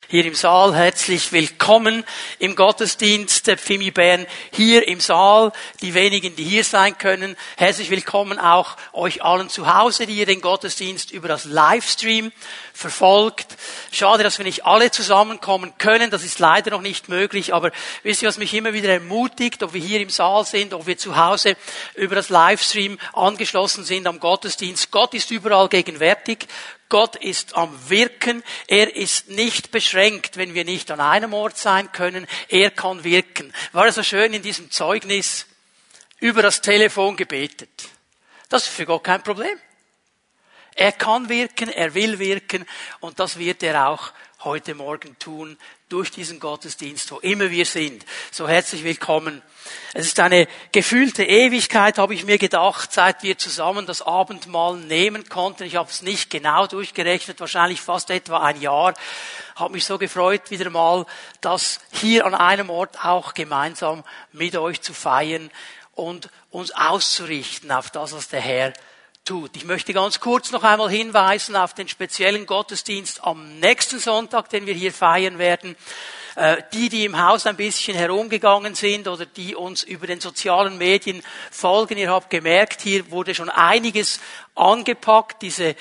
hier im Saal. Herzlich willkommen im Gottesdienst der Pfimi Bern hier im Saal. Die wenigen, die hier sein können. Herzlich willkommen auch euch allen zu Hause, die ihr den Gottesdienst über das Livestream verfolgt. Schade, dass wir nicht alle zusammenkommen können. Das ist leider noch nicht möglich. Aber wisst ihr, was mich immer wieder ermutigt, ob wir hier im Saal sind, ob wir zu Hause über das Livestream angeschlossen sind am Gottesdienst. Gott ist überall gegenwärtig. Gott ist am Wirken. Er ist nicht beschränkt, wenn wir nicht an einem Ort sein können. Er kann wirken. War es so schön in diesem Zeugnis über das Telefon gebetet. Das ist für Gott kein Problem. Er kann wirken, er will wirken und das wird er auch heute Morgen tun durch diesen Gottesdienst, wo immer wir sind. So herzlich willkommen. Es ist eine gefühlte Ewigkeit, habe ich mir gedacht, seit wir zusammen das Abendmahl nehmen konnten. Ich habe es nicht genau durchgerechnet, wahrscheinlich fast etwa ein Jahr. Habe mich so gefreut, wieder mal das hier an einem Ort auch gemeinsam mit euch zu feiern und uns auszurichten auf das, was der Herr tut. Ich möchte ganz kurz noch einmal hinweisen auf den speziellen Gottesdienst am nächsten Sonntag, den wir hier feiern werden. Die im Haus ein bisschen herumgegangen sind oder die uns über den sozialen Medien folgen, ihr habt gemerkt, hier wurde schon einiges angepackt, diese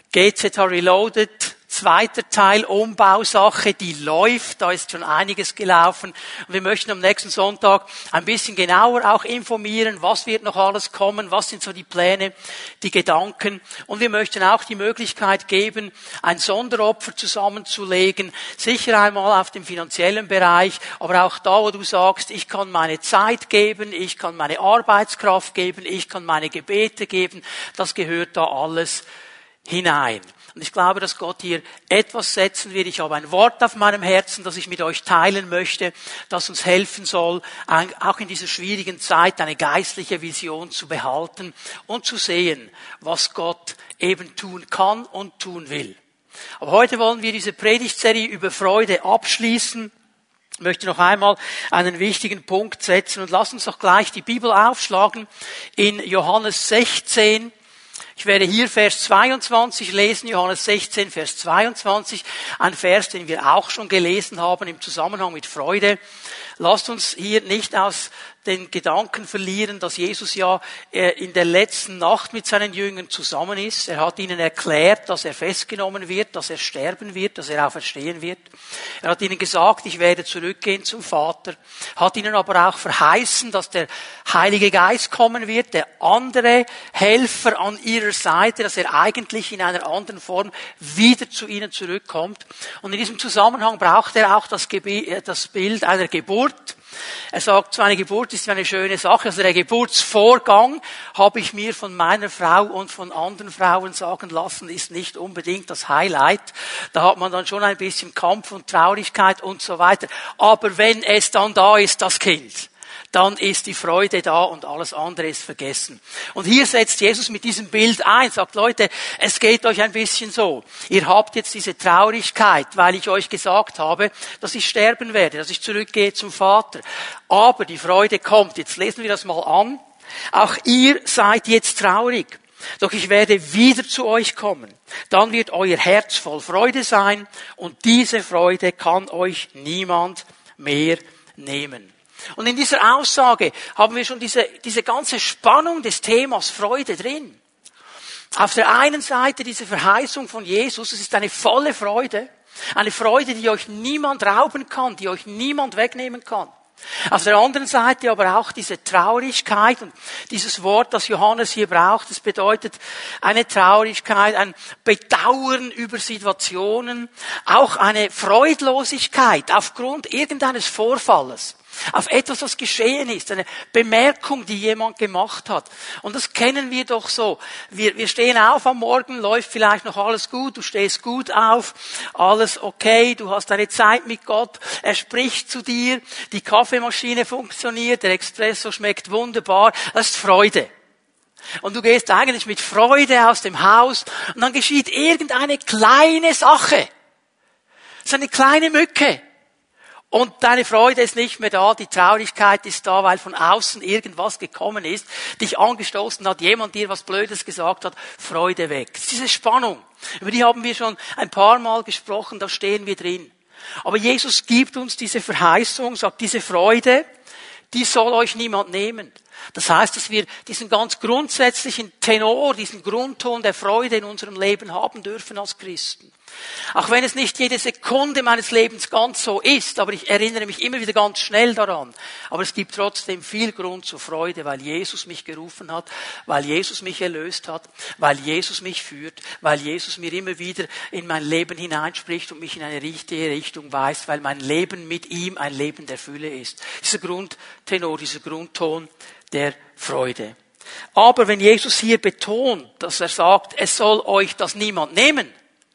GZH Reloaded, zweiter Teil, Umbausache, die läuft, da ist schon einiges gelaufen. Und wir möchten am nächsten Sonntag ein bisschen genauer auch informieren, was wird noch alles kommen, was sind so die Pläne, die Gedanken. Und wir möchten auch die Möglichkeit geben, ein Sonderopfer zusammenzulegen, sicher einmal auf dem finanziellen Bereich, aber auch da, wo du sagst, ich kann meine Zeit geben, ich kann meine Arbeitskraft geben, ich kann meine Gebete geben, das gehört da alles hinein. Und ich glaube, dass Gott hier etwas setzen wird. Ich habe ein Wort auf meinem Herzen, das ich mit euch teilen möchte, das uns helfen soll, auch in dieser schwierigen Zeit eine geistliche Vision zu behalten und zu sehen, was Gott eben tun kann und tun will. Aber heute wollen wir diese Predigtserie über Freude abschließen. Ich möchte noch einmal einen wichtigen Punkt setzen und lass uns doch gleich die Bibel aufschlagen in Johannes 16. Ich werde hier Vers 22 lesen, Johannes 16, Vers 22, ein Vers, den wir auch schon gelesen haben im Zusammenhang mit Freude. Lasst uns hier nicht aus den Gedanken verlieren, dass Jesus ja in der letzten Nacht mit seinen Jüngern zusammen ist. Er hat ihnen erklärt, dass er festgenommen wird, dass er sterben wird, dass er auferstehen wird. Er hat ihnen gesagt, ich werde zurückgehen zum Vater. Hat ihnen aber auch verheißen, dass der Heilige Geist kommen wird, der andere Helfer an ihrer Seite, dass er eigentlich in einer anderen Form wieder zu ihnen zurückkommt. Und in diesem Zusammenhang braucht er auch das Bild einer Geburt. Er sagt, so eine Geburt ist eine schöne Sache. Also der Geburtsvorgang, habe ich mir von meiner Frau und von anderen Frauen sagen lassen, ist nicht unbedingt das Highlight. Da hat man dann schon ein bisschen Kampf und Traurigkeit und so weiter. Aber wenn es dann da ist, das Kind, dann ist die Freude da und alles andere ist vergessen. Und hier setzt Jesus mit diesem Bild ein, sagt, Leute, es geht euch ein bisschen so. Ihr habt jetzt diese Traurigkeit, weil ich euch gesagt habe, dass ich sterben werde, dass ich zurückgehe zum Vater. Aber die Freude kommt. Jetzt lesen wir das mal an. Auch ihr seid jetzt traurig. Doch ich werde wieder zu euch kommen. Dann wird euer Herz voll Freude sein und diese Freude kann euch niemand mehr nehmen. Und in dieser Aussage haben wir schon diese ganze Spannung des Themas Freude drin. Auf der einen Seite diese Verheißung von Jesus, es ist eine volle Freude, eine Freude, die euch niemand rauben kann, die euch niemand wegnehmen kann. Auf der anderen Seite aber auch diese Traurigkeit und dieses Wort, das Johannes hier braucht, das bedeutet eine Traurigkeit, ein Bedauern über Situationen, auch eine Freudlosigkeit aufgrund irgendeines Vorfalles. Auf etwas, was geschehen ist, eine Bemerkung, die jemand gemacht hat. Und das kennen wir doch so. Wir stehen auf am Morgen, läuft vielleicht noch alles gut, du stehst gut auf, alles okay, du hast eine Zeit mit Gott, er spricht zu dir, die Kaffeemaschine funktioniert, der Espresso schmeckt wunderbar, das ist Freude. Und du gehst eigentlich mit Freude aus dem Haus und dann geschieht irgendeine kleine Sache. So eine kleine Mücke. Und deine Freude ist nicht mehr da, die Traurigkeit ist da, weil von außen irgendwas gekommen ist, dich angestoßen hat, jemand dir was Blödes gesagt hat, Freude weg. Das ist diese Spannung. Über die haben wir schon ein paar Mal gesprochen, da stehen wir drin. Aber Jesus gibt uns diese Verheißung, sagt, diese Freude, die soll euch niemand nehmen. Das heißt, dass wir diesen ganz grundsätzlichen Tenor, diesen Grundton der Freude in unserem Leben haben dürfen als Christen. Auch wenn es nicht jede Sekunde meines Lebens ganz so ist, aber ich erinnere mich immer wieder ganz schnell daran. Aber es gibt trotzdem viel Grund zur Freude, weil Jesus mich gerufen hat, weil Jesus mich erlöst hat, weil Jesus mich führt, weil Jesus mir immer wieder in mein Leben hineinspricht und mich in eine richtige Richtung weist, weil mein Leben mit ihm ein Leben der Fülle ist. Dieser Grundtenor, dieser Grundton der Freude. Aber wenn Jesus hier betont, dass er sagt, es soll euch das niemand nehmen,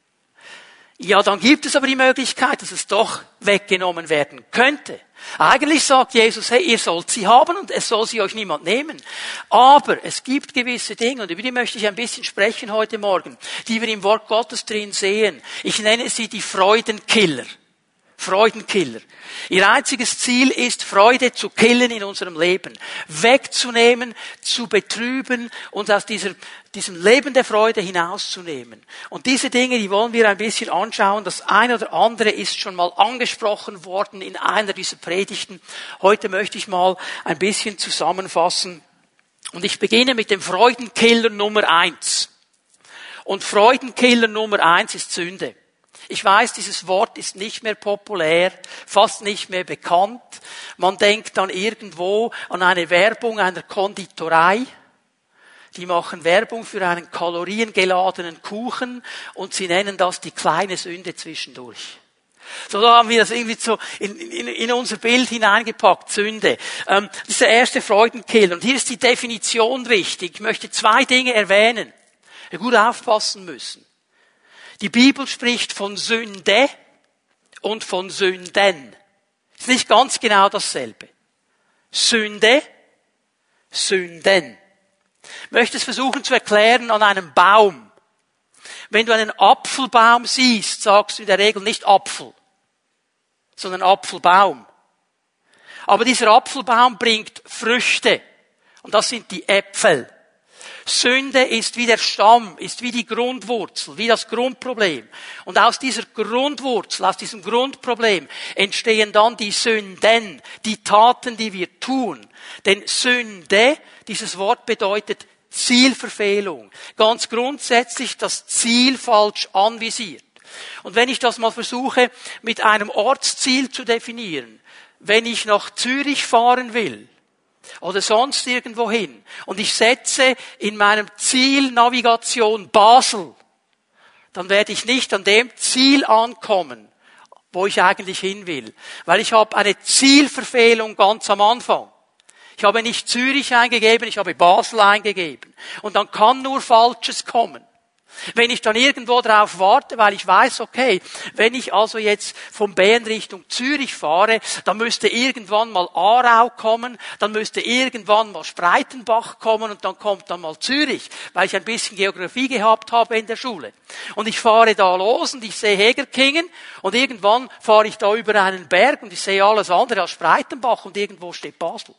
ja, dann gibt es aber die Möglichkeit, dass es doch weggenommen werden könnte. Eigentlich sagt Jesus, hey, ihr sollt sie haben und es soll sie euch niemand nehmen. Aber es gibt gewisse Dinge, und über die möchte ich ein bisschen sprechen heute Morgen, die wir im Wort Gottes drin sehen. Ich nenne sie die Freudenkiller. Freudenkiller. Ihr einziges Ziel ist, Freude zu killen in unserem Leben. Wegzunehmen, zu betrüben und aus diesem Leben der Freude hinauszunehmen. Und diese Dinge, die wollen wir ein bisschen anschauen. Das eine oder andere ist schon mal angesprochen worden in einer dieser Predigten. Heute möchte ich mal ein bisschen zusammenfassen. Und ich beginne mit dem Freudenkiller Nummer 1. Und Freudenkiller Nummer 1 ist Sünde. Ich weiß, dieses Wort ist nicht mehr populär, fast nicht mehr bekannt. Man denkt dann irgendwo an eine Werbung einer Konditorei. Die machen Werbung für einen kaloriengeladenen Kuchen und sie nennen das die kleine Sünde zwischendurch. So, da haben wir das irgendwie so in unser Bild hineingepackt, Sünde. Das ist der erste Freudenkiller. Und hier ist die Definition wichtig. Ich möchte 2 Dinge erwähnen, die wir gut aufpassen müssen. Die Bibel spricht von Sünde und von Sünden. Ist nicht ganz genau dasselbe. Sünde, Sünden. Ich möchte es versuchen zu erklären an einem Baum. Wenn du einen Apfelbaum siehst, sagst du in der Regel nicht Apfel, sondern Apfelbaum. Aber dieser Apfelbaum bringt Früchte. Und das sind die Äpfel. Sünde ist wie der Stamm, ist wie die Grundwurzel, wie das Grundproblem. Und aus dieser Grundwurzel, aus diesem Grundproblem entstehen dann die Sünden, die Taten, die wir tun. Denn Sünde, dieses Wort bedeutet Zielverfehlung. Ganz grundsätzlich das Ziel falsch anvisiert. Und wenn ich das mal versuche, mit einem Ortsziel zu definieren, wenn ich nach Zürich fahren will, oder sonst irgendwo hin. Und ich setze in meinem Ziel Navigation Basel, dann werde ich nicht an dem Ziel ankommen, wo ich eigentlich hin will. Weil ich habe eine Zielverfehlung ganz am Anfang. Ich habe nicht Zürich eingegeben, ich habe Basel eingegeben. Und dann kann nur Falsches kommen. Wenn ich dann irgendwo drauf warte, weil ich weiß, okay, wenn ich also jetzt von Bern Richtung Zürich fahre, dann müsste irgendwann mal Aarau kommen, dann müsste irgendwann mal Spreitenbach kommen und dann kommt dann mal Zürich, weil ich ein bisschen Geografie gehabt habe in der Schule. Und ich fahre da los und ich sehe Hegerkingen und irgendwann fahre ich da über einen Berg und ich sehe alles andere als Spreitenbach und irgendwo steht Basel.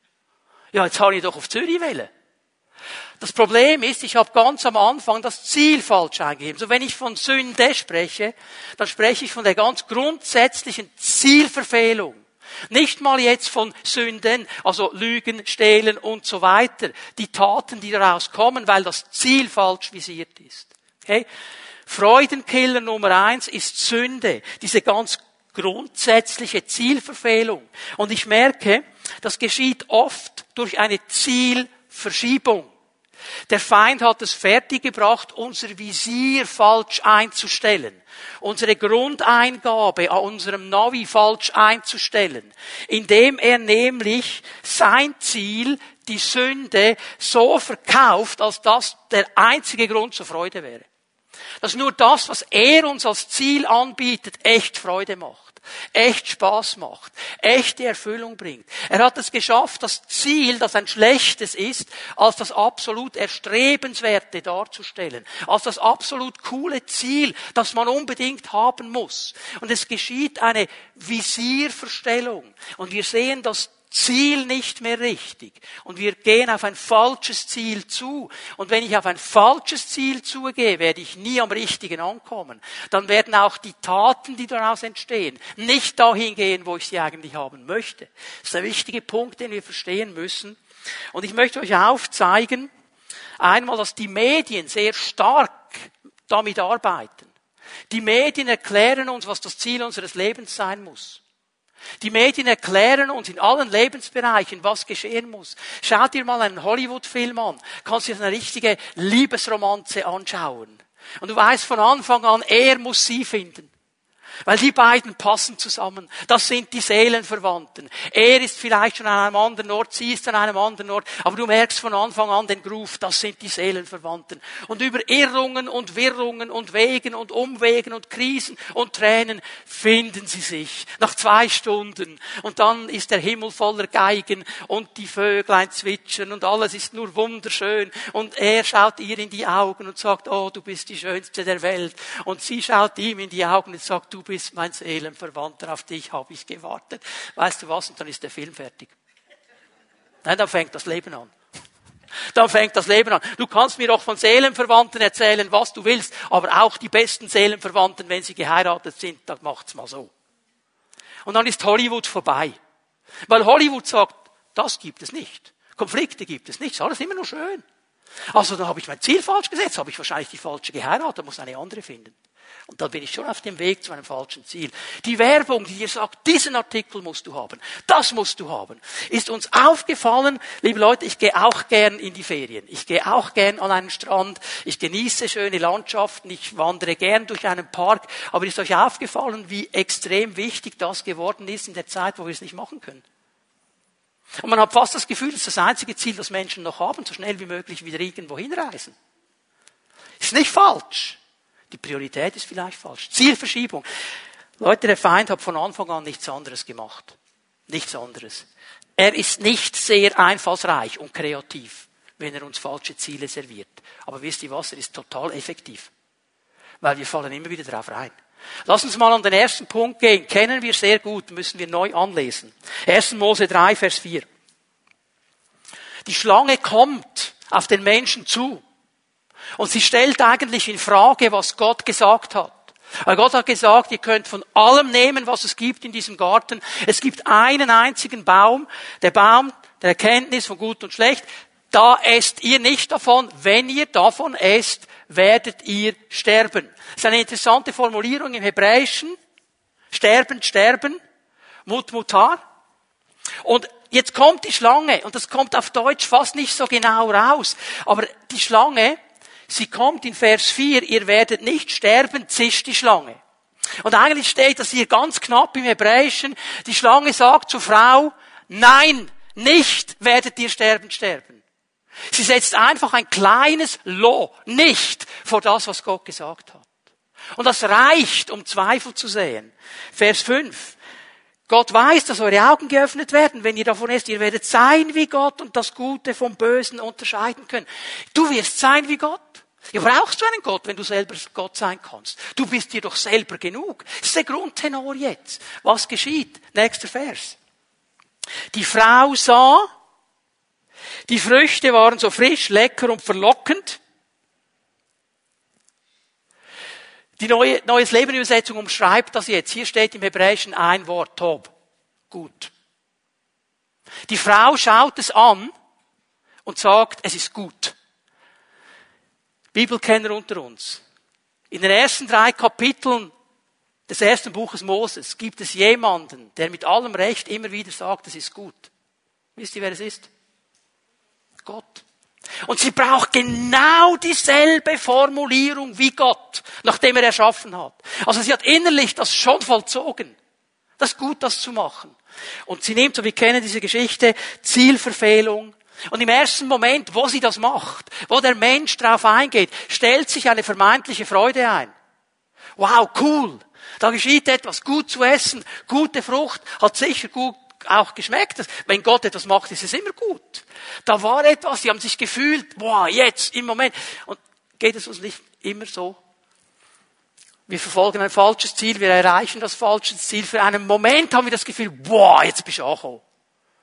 Ja, jetzt habe ich doch auf Zürich wählen. Das Problem ist, ich habe ganz am Anfang das Ziel falsch eingegeben. So, wenn ich von Sünde spreche, dann spreche ich von der ganz grundsätzlichen Zielverfehlung. Nicht mal jetzt von Sünden, also Lügen, Stehlen und so weiter. Die Taten, die daraus kommen, weil das Ziel falsch visiert ist. Okay? Freudenkiller Nummer 1 ist Sünde. Diese ganz grundsätzliche Zielverfehlung. Und ich merke, das geschieht oft durch eine Zielverschiebung. Der Feind hat es fertiggebracht, unser Visier falsch einzustellen, unsere Grundeingabe an unserem Navi falsch einzustellen, indem er nämlich sein Ziel, die Sünde, so verkauft, als das der einzige Grund zur Freude wäre. Dass nur das, was er uns als Ziel anbietet, echt Freude macht. Echt Spaß macht, echte Erfüllung bringt. Er hat es geschafft, das Ziel, das ein schlechtes ist, als das absolut Erstrebenswerte darzustellen, als das absolut coole Ziel, das man unbedingt haben muss. Und es geschieht eine Visierverstellung. Und wir sehen das Ziel nicht mehr richtig. Und wir gehen auf ein falsches Ziel zu. Und wenn ich auf ein falsches Ziel zugehe, werde ich nie am Richtigen ankommen. Dann werden auch die Taten, die daraus entstehen, nicht dahin gehen, wo ich sie eigentlich haben möchte. Das ist der wichtige Punkt, den wir verstehen müssen. Und ich möchte euch aufzeigen, einmal, dass die Medien sehr stark damit arbeiten. Die Medien erklären uns, was das Ziel unseres Lebens sein muss. Die Medien erklären uns in allen Lebensbereichen, was geschehen muss. Schau dir mal einen Hollywood-Film an. Kannst dir eine richtige Liebesromanze anschauen. Und du weißt von Anfang an, er muss sie finden. Weil die beiden passen zusammen. Das sind die Seelenverwandten. Er ist vielleicht schon an einem anderen Ort, sie ist an einem anderen Ort. Aber du merkst von Anfang an den Groove, das sind die Seelenverwandten. Und über Irrungen und Wirrungen und Wegen und Umwegen und Krisen und Tränen finden sie sich. Nach 2 Stunden. Und dann ist der Himmel voller Geigen und die Vöglein zwitschern und alles ist nur wunderschön. Und er schaut ihr in die Augen und sagt, oh, du bist die Schönste der Welt. Und sie schaut ihm in die Augen und sagt, du bist mein Seelenverwandter, auf dich habe ich gewartet. Weißt du was? Und dann ist der Film fertig. Nein, dann fängt das Leben an. Dann fängt das Leben an. Du kannst mir auch von Seelenverwandten erzählen, was du willst, aber auch die besten Seelenverwandten, wenn sie geheiratet sind, dann macht's mal so. Und dann ist Hollywood vorbei. Weil Hollywood sagt, das gibt es nicht. Konflikte gibt es nicht. Ist alles immer nur schön. Also dann habe ich mein Ziel falsch gesetzt, habe ich wahrscheinlich die falsche geheiratet, muss eine andere finden. Und dann bin ich schon auf dem Weg zu einem falschen Ziel. Die Werbung, die dir sagt, diesen Artikel musst du haben, das musst du haben, ist uns aufgefallen. Liebe Leute, ich gehe auch gern in die Ferien. Ich gehe auch gern an einen Strand. Ich genieße schöne Landschaften. Ich wandere gern durch einen Park. Aber ist euch aufgefallen, wie extrem wichtig das geworden ist in der Zeit, wo wir es nicht machen können? Und man hat fast das Gefühl, das ist das einzige Ziel, das Menschen noch haben, so schnell wie möglich wieder irgendwo hinreisen. Ist nicht falsch. Die Priorität ist vielleicht falsch. Zielverschiebung. Leute, der Feind hat von Anfang an nichts anderes gemacht. Nichts anderes. Er ist nicht sehr einfallsreich und kreativ, wenn er uns falsche Ziele serviert. Aber wisst ihr was? Er ist total effektiv. Weil wir fallen immer wieder drauf rein. Lass uns mal an den ersten Punkt gehen. Kennen wir sehr gut, müssen wir neu anlesen. 1. Mose 3, Vers 4. Die Schlange kommt auf den Menschen zu. Und sie stellt eigentlich in Frage, was Gott gesagt hat. Weil Gott hat gesagt, ihr könnt von allem nehmen, was es gibt in diesem Garten. Es gibt einen einzigen Baum, der Baum der Erkenntnis von Gut und Schlecht. Da esst ihr nicht davon. Wenn ihr davon esst, werdet ihr sterben. Das ist eine interessante Formulierung im Hebräischen. Sterben, sterben. Mut, mutar. Und jetzt kommt die Schlange. Und das kommt auf Deutsch fast nicht so genau raus. Aber die Schlange, sie kommt in Vers 4, ihr werdet nicht sterben, zischt die Schlange. Und eigentlich steht das hier ganz knapp im Hebräischen. Die Schlange sagt zur Frau, nein, nicht werdet ihr sterben. Sie setzt einfach ein kleines Lo, nicht, vor das, was Gott gesagt hat. Und das reicht, um Zweifel zu sehen. Vers 5. Gott weiß, dass eure Augen geöffnet werden, wenn ihr davon esst. Ihr werdet sein wie Gott und das Gute vom Bösen unterscheiden können. Du wirst sein wie Gott. Ja, brauchst du einen Gott, wenn du selber Gott sein kannst? Du bist dir doch selber genug. Das ist der Grundtenor jetzt. Was geschieht? Nächster Vers. Die Frau sah, die Früchte waren so frisch, lecker und verlockend. Die Neues Leben Übersetzung umschreibt das jetzt. Hier steht im Hebräischen ein Wort, Tob. Gut. Die Frau schaut es an und sagt, es ist gut. Bibelkenner unter uns. In den ersten 3 Kapiteln des ersten Buches Moses gibt es jemanden, der mit allem Recht immer wieder sagt, es ist gut. Wisst ihr, wer es ist? Gott. Und sie braucht genau dieselbe Formulierung wie Gott, nachdem er erschaffen hat. Also sie hat innerlich das schon vollzogen. Das ist gut, das zu machen. Und sie nimmt, so wir kennen diese Geschichte, Zielverfehlung. Und im ersten Moment, wo sie das macht, wo der Mensch drauf eingeht, stellt sich eine vermeintliche Freude ein. Wow, cool. Da geschieht etwas, gut zu essen, gute Frucht, hat sicher gut auch geschmeckt. Wenn Gott etwas macht, ist es immer gut. Da war etwas, sie haben sich gefühlt, boah, jetzt, im Moment. Und geht es uns nicht immer so? Wir verfolgen ein falsches Ziel, wir erreichen das falsche Ziel. Für einen Moment haben wir das Gefühl, boah, jetzt bist du angekommen.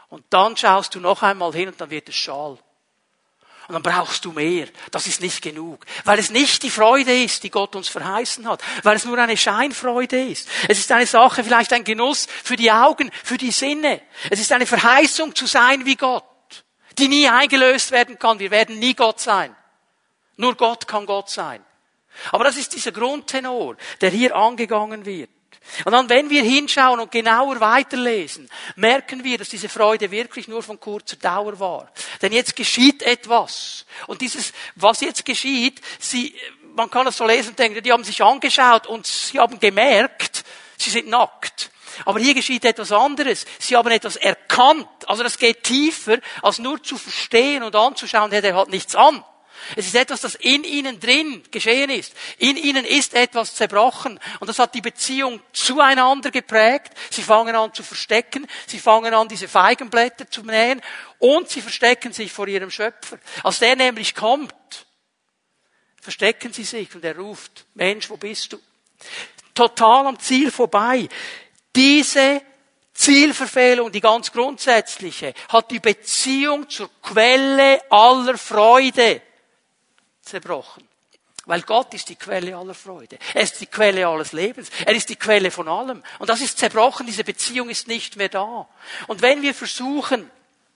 Und dann schaust du noch einmal hin und dann wird es schal. Und dann brauchst du mehr. Das ist nicht genug. Weil es nicht die Freude ist, die Gott uns verheißen hat. Weil es nur eine Scheinfreude ist. Es ist eine Sache, vielleicht ein Genuss für die Augen, für die Sinne. Es ist eine Verheißung zu sein wie Gott, die nie eingelöst werden kann. Wir werden nie Gott sein. Nur Gott kann Gott sein. Aber das ist dieser Grundtenor, der hier angegangen wird. Und dann, wenn wir hinschauen und genauer weiterlesen, merken wir, dass diese Freude wirklich nur von kurzer Dauer war. Denn jetzt geschieht etwas. Und dieses, was jetzt geschieht, man kann das so lesen und denken, die haben sich angeschaut und sie haben gemerkt, sie sind nackt. Aber hier geschieht etwas anderes. Sie haben etwas erkannt. Also das geht tiefer, als nur zu verstehen und anzuschauen, der hat nichts an. Es ist etwas, das in ihnen drin geschehen ist. In ihnen ist etwas zerbrochen. Und das hat die Beziehung zueinander geprägt. Sie fangen an zu verstecken. Sie fangen an, diese Feigenblätter zu nähen. Und sie verstecken sich vor ihrem Schöpfer. Als der nämlich kommt, verstecken sie sich und er ruft, Mensch, wo bist du? Total am Ziel vorbei. Diese Zielverfehlung, die ganz grundsätzliche, hat die Beziehung zur Quelle aller Freude zerbrochen. Weil Gott ist die Quelle aller Freude. Er ist die Quelle alles Lebens. Er ist die Quelle von allem. Und das ist zerbrochen. Diese Beziehung ist nicht mehr da. Und wenn wir versuchen,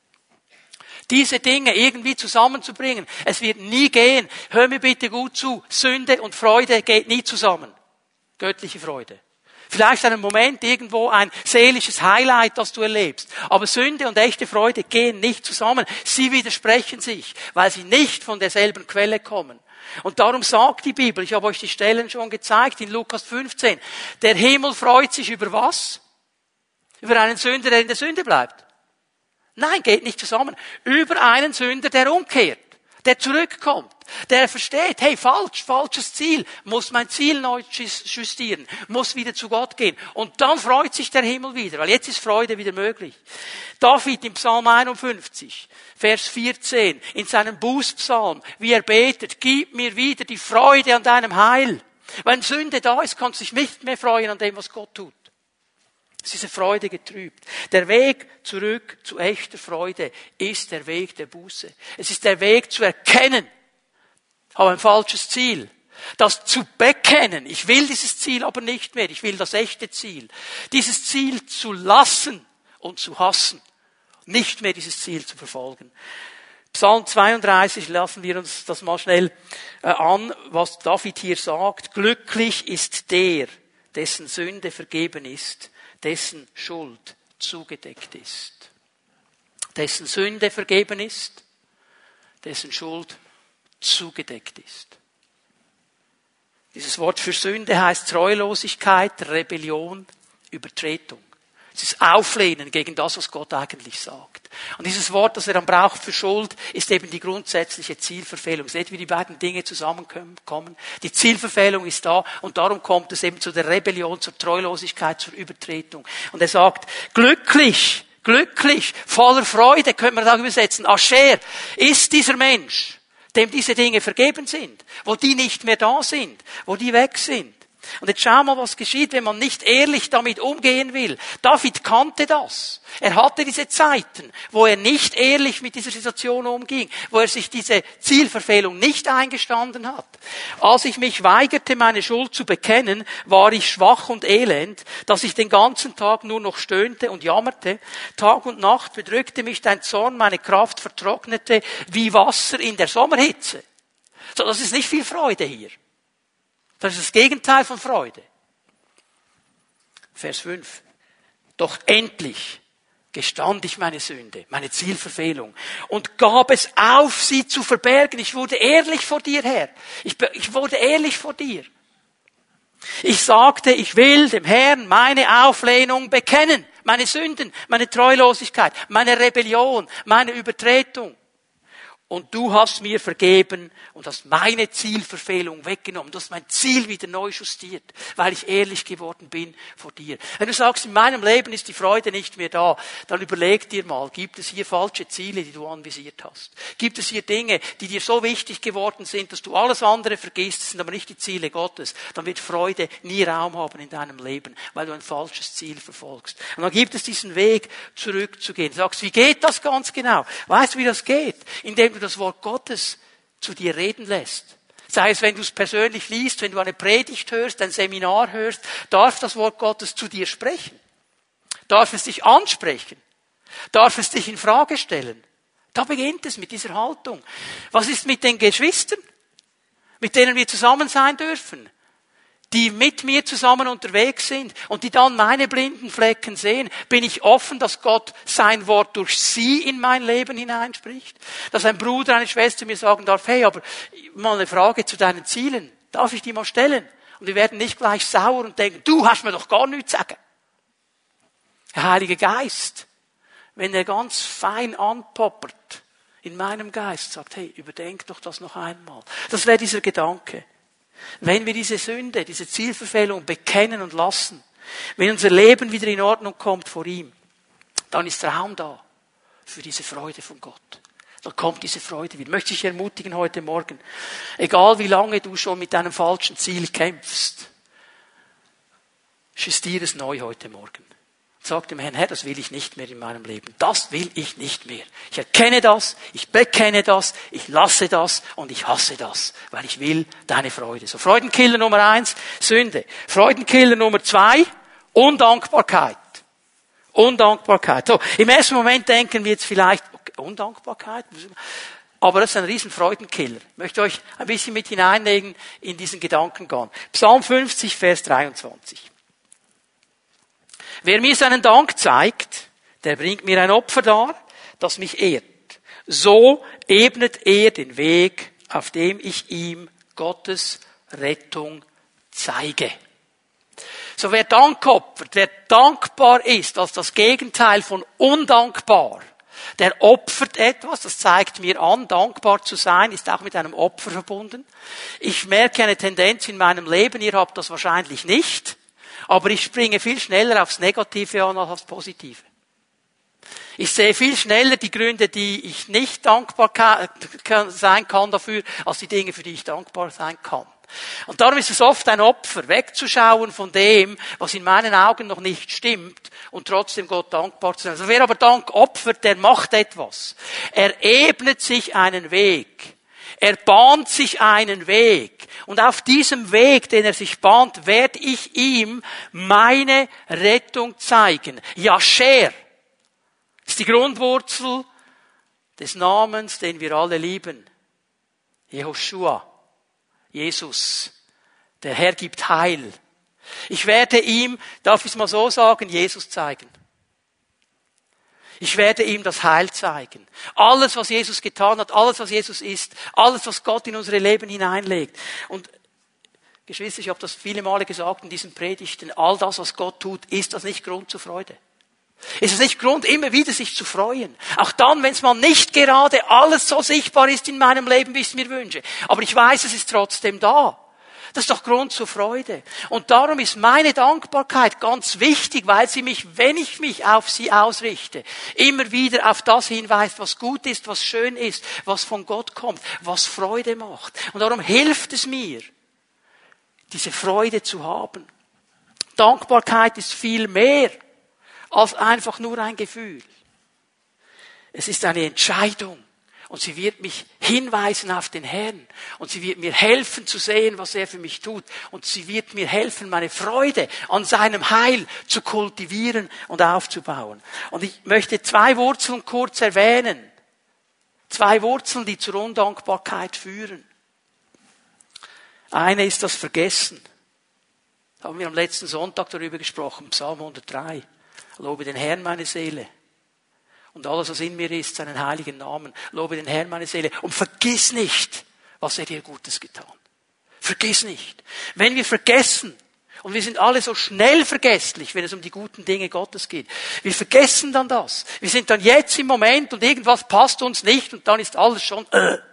diese Dinge irgendwie zusammenzubringen, es wird nie gehen. Hör mir bitte gut zu. Sünde und Freude geht nie zusammen. Göttliche Freude. Vielleicht einen Moment irgendwo ein seelisches Highlight, das du erlebst. Aber Sünde und echte Freude gehen nicht zusammen. Sie widersprechen sich, weil sie nicht von derselben Quelle kommen. Und darum sagt die Bibel, ich habe euch die Stellen schon gezeigt, in Lukas 15, der Himmel freut sich über was? Über einen Sünder, der in der Sünde bleibt? Nein, geht nicht zusammen. Über einen Sünder, der umkehrt, der zurückkommt, der versteht, hey, falsches Ziel, muss mein Ziel neu justieren, muss wieder zu Gott gehen. Und dann freut sich der Himmel wieder, weil jetzt ist Freude wieder möglich. David im Psalm 51, Vers 14, in seinem Bußpsalm, wie er betet, gib mir wieder die Freude an deinem Heil. Wenn Sünde da ist, kannst du dich nicht mehr freuen an dem, was Gott tut. Es ist diese Freude getrübt. Der Weg zurück zu echter Freude ist der Weg der Buße. Es ist der Weg zu erkennen, ich habe ein falsches Ziel. Das zu bekennen, ich will dieses Ziel aber nicht mehr, ich will das echte Ziel. Dieses Ziel zu lassen und zu hassen. Nicht mehr dieses Ziel zu verfolgen. Psalm 32, lassen wir uns das mal schnell an, was David hier sagt. Glücklich ist der, dessen Sünde vergeben ist, dessen Schuld zugedeckt ist. Dessen Sünde vergeben ist, dessen Schuld zugedeckt ist. Dieses Wort für Sünde heißt Treulosigkeit, Rebellion, Übertretung. Es ist Auflehnen gegen das, was Gott eigentlich sagt. Und dieses Wort, das er dann braucht für Schuld, ist eben die grundsätzliche Zielverfehlung. Seht, wie die beiden Dinge zusammenkommen. Die Zielverfehlung ist da und darum kommt es eben zu der Rebellion, zur Treulosigkeit, zur Übertretung. Und er sagt, glücklich, voller Freude, könnte man da übersetzen. Asher ist dieser Mensch, dem diese Dinge vergeben sind, wo die nicht mehr da sind, wo die weg sind. Und jetzt schau mal, was geschieht, wenn man nicht ehrlich damit umgehen will. David kannte das. Er hatte diese Zeiten, wo er nicht ehrlich mit dieser Situation umging, wo er sich diese Zielverfehlung nicht eingestanden hat. Als ich mich weigerte, meine Schuld zu bekennen, war ich schwach und elend, dass ich den ganzen Tag nur noch stöhnte und jammerte. Tag und Nacht bedrückte mich dein Zorn, meine Kraft vertrocknete wie Wasser in der Sommerhitze. So, das ist nicht viel Freude hier. Das ist das Gegenteil von Freude. Vers 5. Doch endlich gestand ich meine Sünde, meine Zielverfehlung und gab es auf, sie zu verbergen. Ich wurde ehrlich vor dir, Herr. Ich wurde ehrlich vor dir. Ich sagte, ich will dem Herrn meine Auflehnung bekennen, meine Sünden, meine Treulosigkeit, meine Rebellion, meine Übertretung. und du hast mir vergeben und hast meine Zielverfehlung weggenommen. Du hast mein Ziel wieder neu justiert, weil ich ehrlich geworden bin vor dir. Wenn du sagst, in meinem Leben ist die Freude nicht mehr da, dann überleg dir mal, gibt es hier falsche Ziele, die du anvisiert hast? Gibt es hier Dinge, die dir so wichtig geworden sind, dass du alles andere vergisst, das sind aber nicht die Ziele Gottes? Dann wird Freude nie Raum haben in deinem Leben, weil du ein falsches Ziel verfolgst. Und dann gibt es diesen Weg, zurückzugehen. Du sagst, wie geht das ganz genau? Weißt du, wie das geht? Indem du das Wort Gottes zu dir reden lässt. Sei es, wenn du es persönlich liest, wenn du eine Predigt hörst, ein Seminar hörst, darf das Wort Gottes zu dir sprechen. Darf es dich ansprechen. Darf es dich in Frage stellen. Da beginnt es mit dieser Haltung. Was ist mit den Geschwistern, mit denen wir zusammen sein dürfen? Die mit mir zusammen unterwegs sind und die dann meine blinden Flecken sehen, bin ich offen, dass Gott sein Wort durch sie in mein Leben hineinspricht? Dass ein Bruder, eine Schwester mir sagen darf, hey, aber mal eine Frage zu deinen Zielen, darf ich die mal stellen? Und wir werden nicht gleich sauer und denken, du hast mir doch gar nichts zu sagen. Der Heilige Geist, wenn er ganz fein anpoppert in meinem Geist, sagt, hey, überdenk doch das noch einmal. Das wäre dieser Gedanke. Wenn wir diese Sünde, diese Zielverfehlung bekennen und lassen, wenn unser Leben wieder in Ordnung kommt vor ihm, dann ist Raum da für diese Freude von Gott. Dann kommt diese Freude wieder. Möchte ich ermutigen heute Morgen, egal wie lange du schon mit deinem falschen Ziel kämpfst, justiere es neu heute Morgen. Sag dem Herrn, Herr, das will ich nicht mehr in meinem Leben. Das will ich nicht mehr. Ich erkenne das, ich bekenne das, ich lasse das und ich hasse das, weil ich will deine Freude. So, Freudenkiller Nummer 1, Sünde. Freudenkiller Nummer 2, Undankbarkeit. Undankbarkeit. So, im ersten Moment denken wir jetzt vielleicht, okay, Undankbarkeit? Aber das ist ein riesen Freudenkiller. Ich möchte euch ein bisschen mit hineinlegen in diesen Gedankengang. Psalm 50, Vers 23. Wer mir seinen Dank zeigt, der bringt mir ein Opfer dar, das mich ehrt. So ebnet er den Weg, auf dem ich ihm Gottes Rettung zeige. So, wer Dank opfert, wer dankbar ist als das Gegenteil von undankbar, der opfert etwas, das zeigt mir an, dankbar zu sein, ist auch mit einem Opfer verbunden. Ich merke eine Tendenz in meinem Leben, ihr habt das wahrscheinlich nicht. Aber ich springe viel schneller aufs Negative an als aufs Positive. Ich sehe viel schneller die Gründe, die ich nicht dankbar sein kann dafür, als die Dinge, für die ich dankbar sein kann. Und darum ist es oft ein Opfer, wegzuschauen von dem, was in meinen Augen noch nicht stimmt und trotzdem Gott dankbar zu sein. Also wer aber Dank opfert, der macht etwas. Er ebnet sich einen Weg. Er bahnt sich einen Weg. Und auf diesem Weg, den er sich bahnt, werde ich ihm meine Rettung zeigen. Jasher ist die Grundwurzel des Namens, den wir alle lieben. Jehoshua, Jesus. Der Herr gibt Heil. Ich werde ihm, darf ich es mal so sagen, Jesus zeigen. Ich werde ihm das Heil zeigen. Alles, was Jesus getan hat, alles, was Jesus ist, alles, was Gott in unsere Leben hineinlegt. Und Geschwister, ich habe das viele Male gesagt in diesen Predigten, all das, was Gott tut, ist das nicht Grund zur Freude? Ist es nicht Grund, immer wieder sich zu freuen? Auch dann, wenn es mal nicht gerade alles so sichtbar ist in meinem Leben, wie ich es mir wünsche. Aber ich weiß, es ist trotzdem da. Das ist doch Grund zur Freude. Und darum ist meine Dankbarkeit ganz wichtig, weil sie mich, wenn ich mich auf sie ausrichte, immer wieder auf das hinweist, was gut ist, was schön ist, was von Gott kommt, was Freude macht. Und darum hilft es mir, diese Freude zu haben. Dankbarkeit ist viel mehr als einfach nur ein Gefühl. Es ist eine Entscheidung. Und sie wird mich hinweisen auf den Herrn. Und sie wird mir helfen zu sehen, was er für mich tut. Und sie wird mir helfen, meine Freude an seinem Heil zu kultivieren und aufzubauen. Und ich möchte 2 Wurzeln kurz erwähnen. 2 Wurzeln, die zur Undankbarkeit führen. Eine ist das Vergessen. Da haben wir am letzten Sonntag darüber gesprochen, Psalm 103. Lobe den Herrn, meine Seele. Und alles, was in mir ist, seinen heiligen Namen. Lobe den Herrn, meine Seele. Und vergiss nicht, was er dir Gutes getan. Vergiss nicht. Wenn wir vergessen Und wir sind alle so schnell vergesslich, wenn es um die guten Dinge Gottes geht. Wir vergessen dann das. Wir sind dann jetzt im Moment und irgendwas passt uns nicht und dann ist alles schon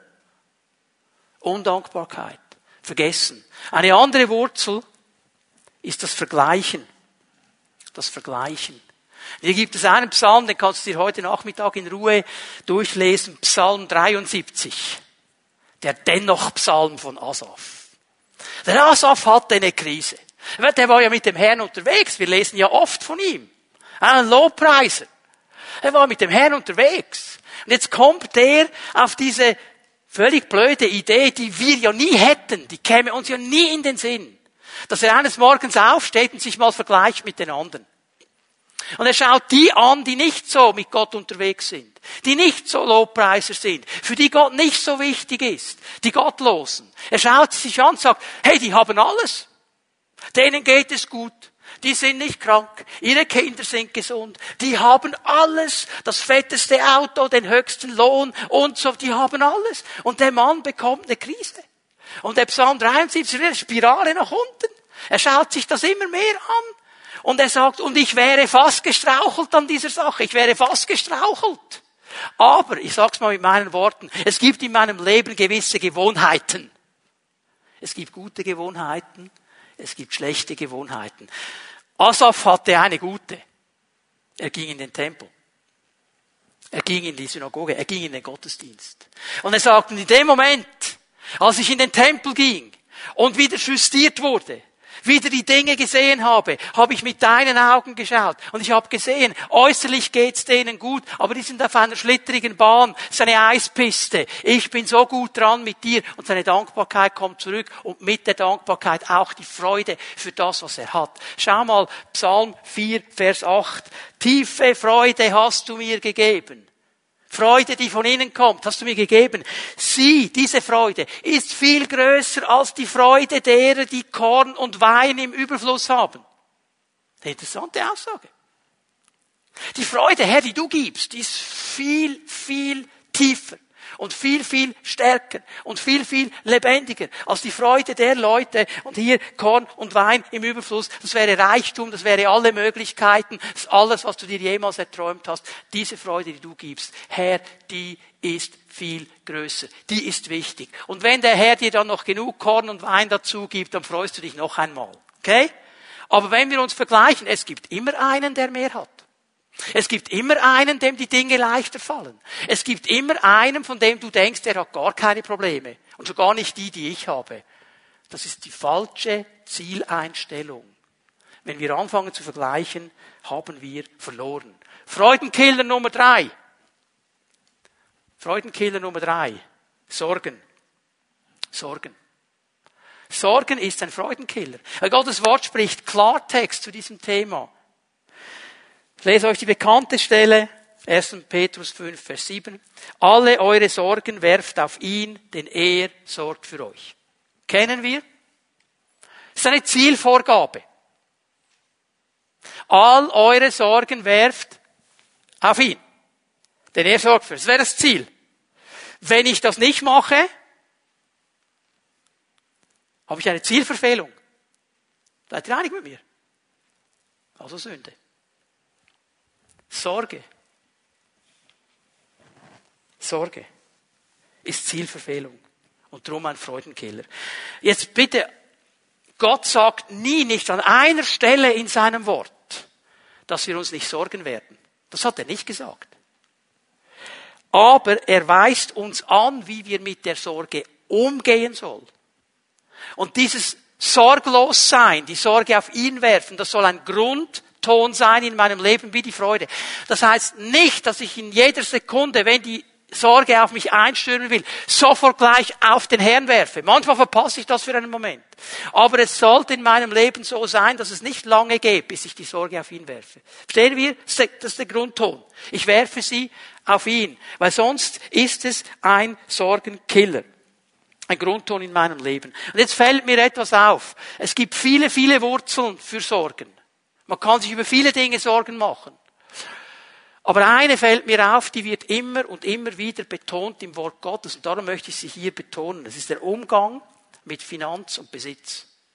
Undankbarkeit. Vergessen. Eine andere Wurzel ist das Vergleichen. Das Vergleichen. Hier gibt es einen Psalm, den kannst du dir heute Nachmittag in Ruhe durchlesen. Psalm 73. Der Dennoch-Psalm von Asaf. Der Asaf hatte eine Krise. Der war ja mit dem Herrn unterwegs. Wir lesen ja oft von ihm. Ein Lobpreiser. Er war mit dem Herrn unterwegs. Und jetzt kommt er auf diese völlig blöde Idee, die wir ja nie hätten. Die käme uns ja nie in den Sinn. Dass er eines Morgens aufsteht und sich mal vergleicht mit den anderen. Und er schaut die an, die nicht so mit Gott unterwegs sind. Die nicht so Lobpreiser sind. Für die Gott nicht so wichtig ist. Die Gottlosen. Er schaut sie sich an und sagt, hey, die haben alles. Denen geht es gut. Die sind nicht krank. Ihre Kinder sind gesund. Die haben alles. Das fetteste Auto, den höchsten Lohn und so. Die haben alles. Und der Mann bekommt eine Krise. Und der Psalm 73 ist eine Spirale nach unten. Er schaut sich das immer mehr an. Und er sagt, und ich wäre fast gestrauchelt an dieser Sache. Ich wäre fast gestrauchelt. Aber, ich sag's mal mit meinen Worten, es gibt in meinem Leben gewisse Gewohnheiten. Es gibt gute Gewohnheiten. Es gibt schlechte Gewohnheiten. Asaf hatte eine gute. Er ging in den Tempel. Er ging in die Synagoge. Er ging in den Gottesdienst. Und er sagte, in dem Moment, als ich in den Tempel ging und wieder justiert wurde, wieder die Dinge gesehen habe, habe ich mit deinen Augen geschaut. Und ich habe gesehen, äußerlich geht's denen gut, aber die sind auf einer schlitterigen Bahn, es ist eine Eispiste. Ich bin so gut dran mit dir. Und seine Dankbarkeit kommt zurück und mit der Dankbarkeit auch die Freude für das, was er hat. Schau mal, Psalm 4, Vers 8. Tiefe Freude hast du mir gegeben. Freude, die von innen kommt, hast du mir gegeben. Diese Freude ist viel größer als die Freude derer, die Korn und Wein im Überfluss haben. Eine interessante Aussage. Die Freude, Herr, die du gibst, die ist viel, viel tiefer und viel, viel stärker und viel, viel lebendiger als die Freude der Leute. Und hier Korn und Wein im Überfluss, das wäre Reichtum, das wäre alle Möglichkeiten, das ist alles, was du dir jemals erträumt hast. Diese Freude, die du gibst, Herr, die ist viel größer, die ist wichtig. Und wenn der Herr dir dann noch genug Korn und Wein dazu gibt, dann freust du dich noch einmal. Okay? Aber wenn wir uns vergleichen, es gibt immer einen, der mehr hat. Es gibt immer einen, dem die Dinge leichter fallen. Es gibt immer einen, von dem du denkst, der hat gar keine Probleme. Und schon gar nicht die ich habe. Das ist die falsche Zieleinstellung. Wenn wir anfangen zu vergleichen, haben wir verloren. Freudenkiller Nummer 3. Freudenkiller Nummer 3. Sorgen. Sorgen. Sorgen ist ein Freudenkiller. Gottes Wort spricht Klartext zu diesem Thema. Ich lese euch die bekannte Stelle, 1. Petrus 5, Vers 7. Alle eure Sorgen werft auf ihn, denn er sorgt für euch. Kennen wir? Das ist eine Zielvorgabe. All eure Sorgen werft auf ihn, denn er sorgt für euch. Das wäre das Ziel. Wenn ich das nicht mache, habe ich eine Zielverfehlung. Seid ihr einig mit mir? Also Sünde. Sorge ist Zielverfehlung und darum ein Freudenkiller. Jetzt bitte, Gott sagt nie, nicht an einer Stelle in seinem Wort, dass wir uns nicht sorgen werden. Das hat er nicht gesagt. Aber er weist uns an, wie wir mit der Sorge umgehen sollen. Und dieses Sorglossein, die Sorge auf ihn werfen, das soll ein Grundton sein in meinem Leben wie die Freude. Das heißt nicht, dass ich in jeder Sekunde, wenn die Sorge auf mich einstürmen will, sofort gleich auf den Herrn werfe. Manchmal verpasse ich das für einen Moment. Aber es sollte in meinem Leben so sein, dass es nicht lange geht, bis ich die Sorge auf ihn werfe. Verstehen wir? Das ist der Grundton. Ich werfe sie auf ihn, weil sonst ist es ein Sorgenkiller. Ein Grundton in meinem Leben. Und jetzt fällt mir etwas auf. Es gibt viele, viele Wurzeln für Sorgen. Man kann sich über viele Dinge Sorgen machen. Aber eine fällt mir auf, die wird immer und immer wieder betont im Wort Gottes. Und darum möchte ich sie hier betonen. Das ist der Umgang mit Finanz und Besitz.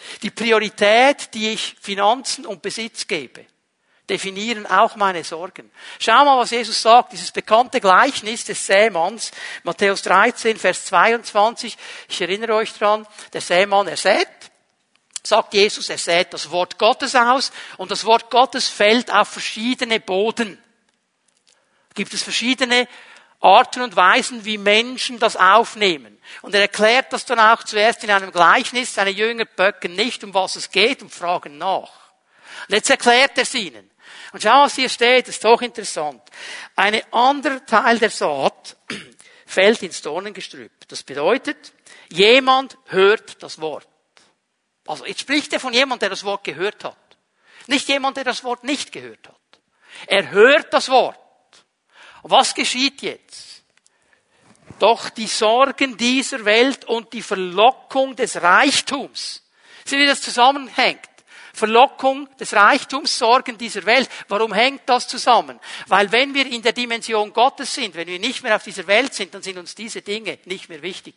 Die Priorität, die ich Finanzen und Besitz gebe, definieren auch meine Sorgen. Schau mal, was Jesus sagt, dieses bekannte Gleichnis des Sämanns, Matthäus 13, Vers 22. Ich erinnere euch dran, der Sämann, er sät, sagt Jesus, er sät das Wort Gottes aus und das Wort Gottes fällt auf verschiedene Boden. Gibt es verschiedene Arten und Weisen, wie Menschen das aufnehmen. Und er erklärt das dann auch zuerst in einem Gleichnis. Seine Jünger böcken nicht, um was es geht, und fragen nach. Und jetzt erklärt er es ihnen. Und schau, was hier steht, das ist doch interessant. Ein anderer Teil der Saat fällt ins Dornengestrüpp. Das bedeutet, jemand hört das Wort. Also jetzt spricht er von jemandem, der das Wort gehört hat. Nicht jemand, der das Wort nicht gehört hat. Er hört das Wort. Und was geschieht jetzt? Doch die Sorgen dieser Welt und die Verlockung des Reichtums. Sieh, wie das zusammenhängt. Verlockung des Reichtums, Sorgen dieser Welt. Warum hängt das zusammen? Weil wenn wir in der Dimension Gottes sind, wenn wir nicht mehr auf dieser Welt sind, dann sind uns diese Dinge nicht mehr wichtig.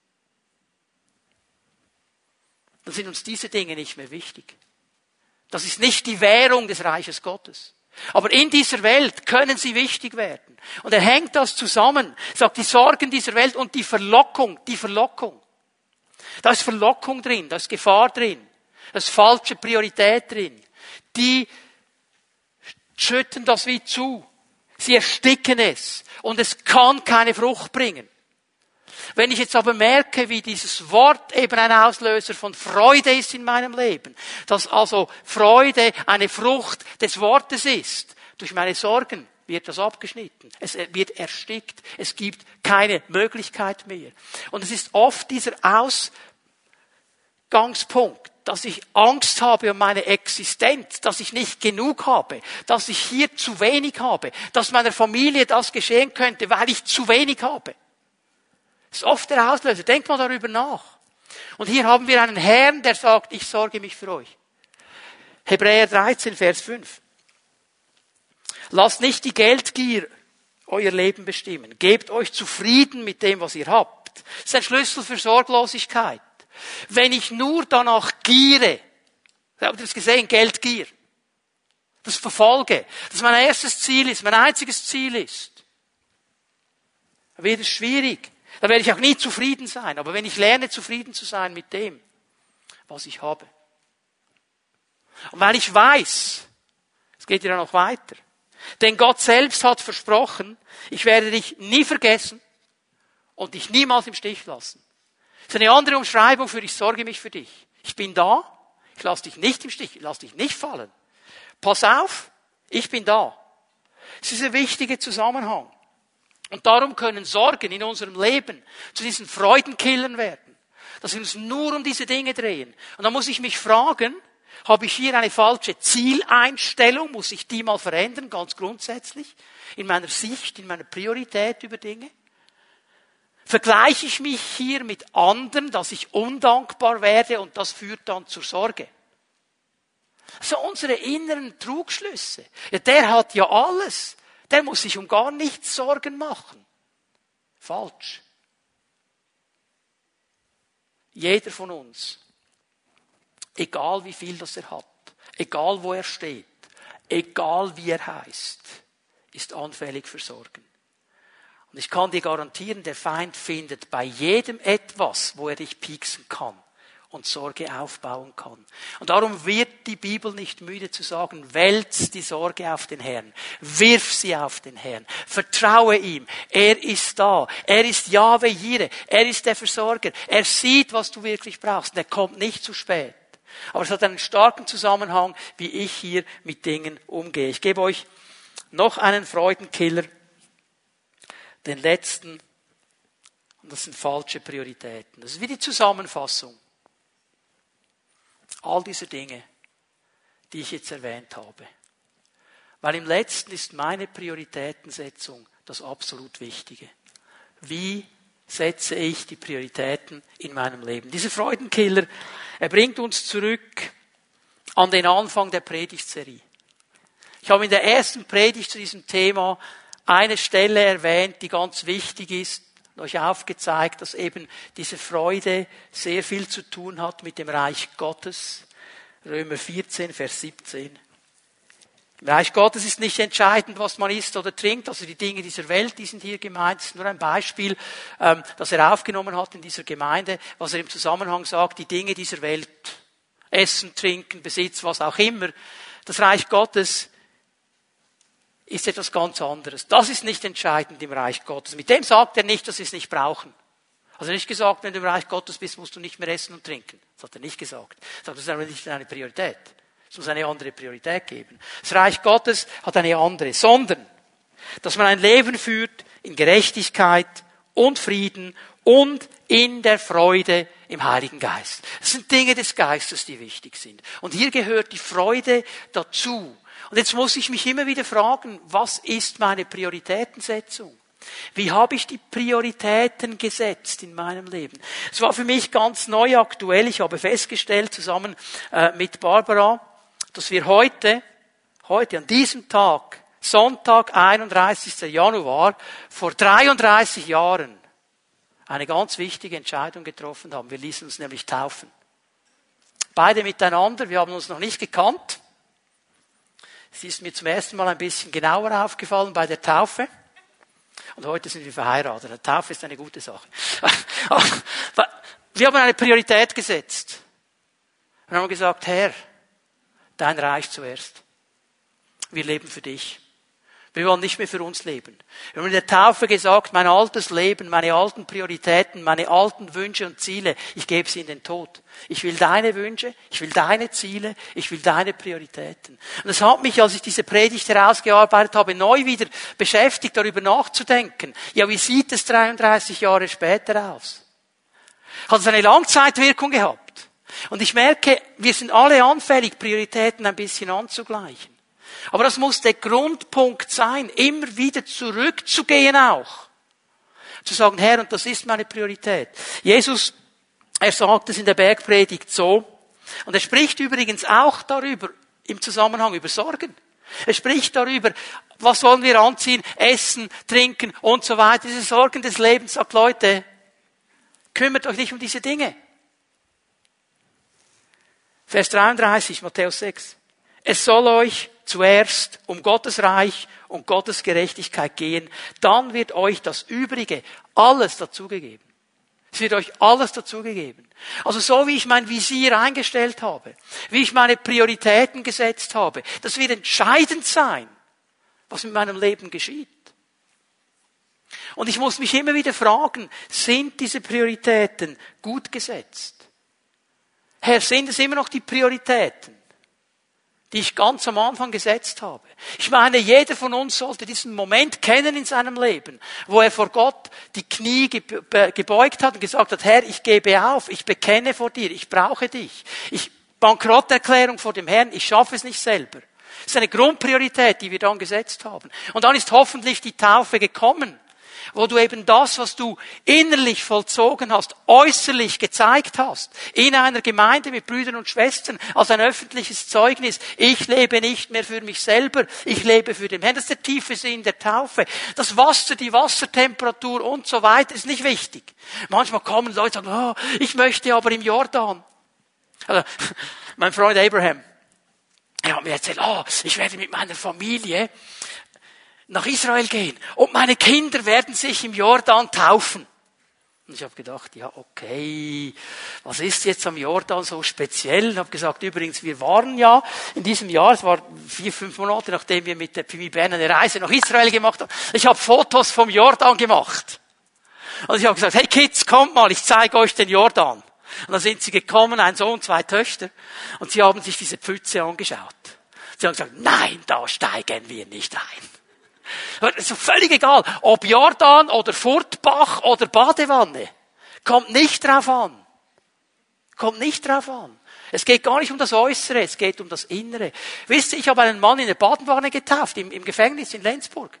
Dann sind uns diese Dinge nicht mehr wichtig. Das ist nicht die Währung des Reiches Gottes. Aber in dieser Welt können sie wichtig werden. Und er hängt das zusammen, sagt die Sorgen dieser Welt und die Verlockung. Da ist Verlockung drin, da ist Gefahr drin, da ist falsche Priorität drin. Die schütten das wie zu. Sie ersticken es und es kann keine Frucht bringen. Wenn ich jetzt aber merke, wie dieses Wort eben ein Auslöser von Freude ist in meinem Leben, dass also Freude eine Frucht des Wortes ist, durch meine Sorgen wird das abgeschnitten. Es wird erstickt. Es gibt keine Möglichkeit mehr. Und es ist oft dieser Ausgangspunkt, dass ich Angst habe um meine Existenz, dass ich nicht genug habe, dass ich hier zu wenig habe, dass meiner Familie das geschehen könnte, weil ich zu wenig habe. Das ist oft der Auslöser. Denkt mal darüber nach. Und hier haben wir einen Herrn, der sagt, ich sorge mich für euch. Hebräer 13, Vers 5. Lasst nicht die Geldgier euer Leben bestimmen. Gebt euch zufrieden mit dem, was ihr habt. Das ist ein Schlüssel für Sorglosigkeit. Wenn ich nur danach giere, habt ihr das gesehen, Geldgier, das verfolge, das mein erstes Ziel ist, mein einziges Ziel ist, dann wird es schwierig. Da werde ich auch nie zufrieden sein. Aber wenn ich lerne, zufrieden zu sein mit dem, was ich habe. Und weil ich weiß, es geht ja noch weiter, denn Gott selbst hat versprochen, ich werde dich nie vergessen und dich niemals im Stich lassen. Das ist eine andere Umschreibung für ich sorge mich für dich. Ich bin da, ich lasse dich nicht im Stich, ich lasse dich nicht fallen. Pass auf, ich bin da. Es ist ein wichtiger Zusammenhang. Und darum können Sorgen in unserem Leben zu diesen Freudenkillern werden. Dass wir uns nur um diese Dinge drehen. Und dann muss ich mich fragen, habe ich hier eine falsche Zieleinstellung? Muss ich die mal verändern, ganz grundsätzlich? In meiner Sicht, in meiner Priorität über Dinge? Vergleiche ich mich hier mit anderen, dass ich undankbar werde und das führt dann zur Sorge? So unsere inneren Trugschlüsse. Ja, der hat ja alles. Der muss sich um gar nichts Sorgen machen. Falsch. Jeder von uns, egal wie viel das er hat, egal wo er steht, egal wie er heißt, ist anfällig für Sorgen. Und ich kann dir garantieren, der Feind findet bei jedem etwas, wo er dich pieksen kann und Sorge aufbauen kann. Und darum wird die Bibel nicht müde zu sagen, wälz die Sorge auf den Herrn, wirf sie auf den Herrn, vertraue ihm, er ist da, er ist Jahwe Jireh, er ist der Versorger, er sieht, was du wirklich brauchst und er kommt nicht zu spät. Aber es hat einen starken Zusammenhang, wie ich hier mit Dingen umgehe. Ich gebe euch noch einen Freudenkiller, den letzten, und das sind falsche Prioritäten. Das ist wie die Zusammenfassung. All diese Dinge, die ich jetzt erwähnt habe. Weil im Letzten ist meine Prioritätensetzung das absolut Wichtige. Wie setze ich die Prioritäten in meinem Leben? Dieser Freudenkiller, er bringt uns zurück an den Anfang der Predigtserie. Ich habe in der ersten Predigt zu diesem Thema eine Stelle erwähnt, die ganz wichtig ist, und euch aufgezeigt, dass eben diese Freude sehr viel zu tun hat mit dem Reich Gottes. Römer 14, Vers 17. Im Reich Gottes ist nicht entscheidend, was man isst oder trinkt, also die Dinge dieser Welt, die sind hier gemeint. Das ist nur ein Beispiel, das er aufgenommen hat in dieser Gemeinde, was er im Zusammenhang sagt, die Dinge dieser Welt, Essen, Trinken, Besitz, was auch immer. Das Reich Gottes ist etwas ganz anderes. Das ist nicht entscheidend im Reich Gottes. Mit dem sagt er nicht, dass wir es nicht brauchen. Also nicht gesagt, wenn du im Reich Gottes bist, musst du nicht mehr essen und trinken. Das hat er nicht gesagt. Er sagt, das ist aber nicht eine Priorität. Es muss eine andere Priorität geben. Das Reich Gottes hat eine andere, sondern, dass man ein Leben führt in Gerechtigkeit und Frieden und in der Freude im Heiligen Geist. Das sind Dinge des Geistes, die wichtig sind. Und hier gehört die Freude dazu. Und jetzt muss ich mich immer wieder fragen, was ist meine Prioritätensetzung? Wie habe ich die Prioritäten gesetzt in meinem Leben? Es war für mich ganz neu aktuell. Ich habe festgestellt, zusammen mit Barbara, dass wir heute an diesem Tag, Sonntag, 31. Januar, vor 33 Jahren eine ganz wichtige Entscheidung getroffen haben. Wir ließen uns nämlich taufen. Beide miteinander, wir haben uns noch nicht gekannt. Es ist mir zum ersten Mal ein bisschen genauer aufgefallen bei der Taufe. Und heute sind wir verheiratet. Die Taufe ist eine gute Sache. Wir haben eine Priorität gesetzt. Wir haben gesagt, Herr, dein Reich zuerst. Wir leben für dich. Wir wollen nicht mehr für uns leben. Wir haben in der Taufe gesagt, mein altes Leben, meine alten Prioritäten, meine alten Wünsche und Ziele, ich gebe sie in den Tod. Ich will deine Wünsche, ich will deine Ziele, ich will deine Prioritäten. Und es hat mich, als ich diese Predigt herausgearbeitet habe, neu wieder beschäftigt, darüber nachzudenken. Ja, wie sieht es 33 Jahre später aus? Hat es eine Langzeitwirkung gehabt? Und ich merke, wir sind alle anfällig, Prioritäten ein bisschen anzugleichen. Aber das muss der Grundpunkt sein, immer wieder zurückzugehen auch. Zu sagen, Herr, und das ist meine Priorität. Jesus, er sagt es in der Bergpredigt so, und er spricht übrigens auch darüber, im Zusammenhang über Sorgen. Er spricht darüber, was sollen wir anziehen, essen, trinken und so weiter. Diese Sorgen des Lebens, sagt Leute, kümmert euch nicht um diese Dinge. Vers 33, Matthäus 6. Es soll euch zuerst um Gottes Reich und Gottes Gerechtigkeit gehen, dann wird euch das Übrige alles dazugegeben. Es wird euch alles dazugegeben. Also so wie ich mein Visier eingestellt habe, wie ich meine Prioritäten gesetzt habe, das wird entscheidend sein, was mit meinem Leben geschieht. Und ich muss mich immer wieder fragen, sind diese Prioritäten gut gesetzt? Herr, sind es immer noch die Prioritäten, die ich ganz am Anfang gesetzt habe? Ich meine, jeder von uns sollte diesen Moment kennen in seinem Leben, wo er vor Gott die Knie gebeugt hat und gesagt hat, Herr, ich gebe auf, ich bekenne vor dir, ich brauche dich. Bankrotterklärung vor dem Herrn, ich schaffe es nicht selber. Das ist eine Grundpriorität, die wir dann gesetzt haben. Und dann ist hoffentlich die Taufe gekommen, wo du eben das, was du innerlich vollzogen hast, äußerlich gezeigt hast, in einer Gemeinde mit Brüdern und Schwestern, als ein öffentliches Zeugnis. Ich lebe nicht mehr für mich selber, ich lebe für den Herrn. Das ist der tiefe Sinn der Taufe. Das Wasser, die Wassertemperatur und so weiter ist nicht wichtig. Manchmal kommen Leute und sagen, oh, ich möchte aber im Jordan. Also, mein Freund Abraham, er hat mir erzählt, oh, ich werde mit meiner Familie nach Israel gehen und meine Kinder werden sich im Jordan taufen. Und ich habe gedacht, ja okay, was ist jetzt am Jordan so speziell? Und habe gesagt, übrigens, wir waren ja in diesem Jahr, es war 4-5 Monate, nachdem wir mit der Pimi Bern eine Reise nach Israel gemacht haben, ich habe Fotos vom Jordan gemacht. Und ich habe gesagt, hey Kids, kommt mal, ich zeige euch den Jordan. Und dann sind sie gekommen, ein Sohn, 2 Töchter, und sie haben sich diese Pfütze angeschaut. Sie haben gesagt, nein, da steigen wir nicht ein. Es ist völlig egal, ob Jordan oder Furtbach oder Badewanne. Kommt nicht drauf an. Kommt nicht drauf an. Es geht gar nicht um das Äußere, es geht um das Innere. Wisst ihr, ich habe einen Mann in der Badewanne getauft, im Gefängnis in Lenzburg.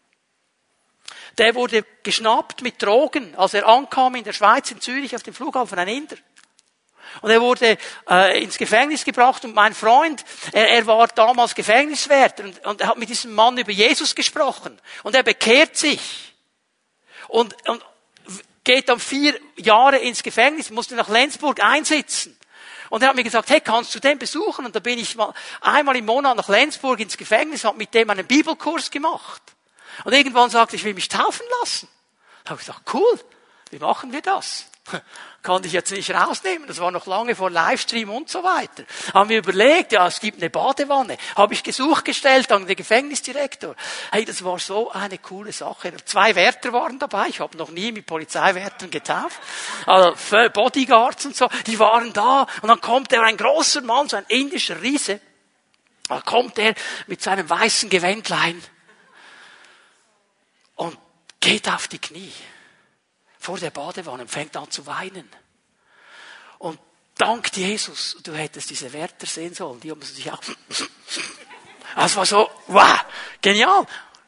Der wurde geschnappt mit Drogen, als er ankam in der Schweiz, in Zürich, auf dem Flughafen, ein Inder. Und er wurde ins Gefängnis gebracht und mein Freund, er war damals Gefängniswärter und er hat mit diesem Mann über Jesus gesprochen und er bekehrt sich. Und geht dann 4 Jahre ins Gefängnis, musste nach Lenzburg einsitzen. Und er hat mir gesagt, hey, kannst du den besuchen? Und da bin ich mal einmal im Monat nach Lenzburg ins Gefängnis, habe mit dem einen Bibelkurs gemacht. Und irgendwann sagte ich will mich taufen lassen. Da habe ich gesagt, cool, wie machen wir das? Konnte ich jetzt nicht rausnehmen, das war noch lange vor Livestream und so weiter. Haben wir überlegt, ja, es gibt eine Badewanne. Habe ich Gesuch gestellt an den Gefängnisdirektor. Hey, das war so eine coole Sache. 2 Wärter waren dabei, ich habe noch nie mit Polizeiwärtern getauft. Also Bodyguards und so, die waren da. Und dann kommt ein großer Mann, so ein indischer Riese. Da kommt er mit seinem weißen Gewändlein und geht auf die Knie vor der Badewanne und fängt an zu weinen. Und dankt Jesus, du hättest diese Wärter sehen sollen, die haben sich auch... Das war so, wow, genial.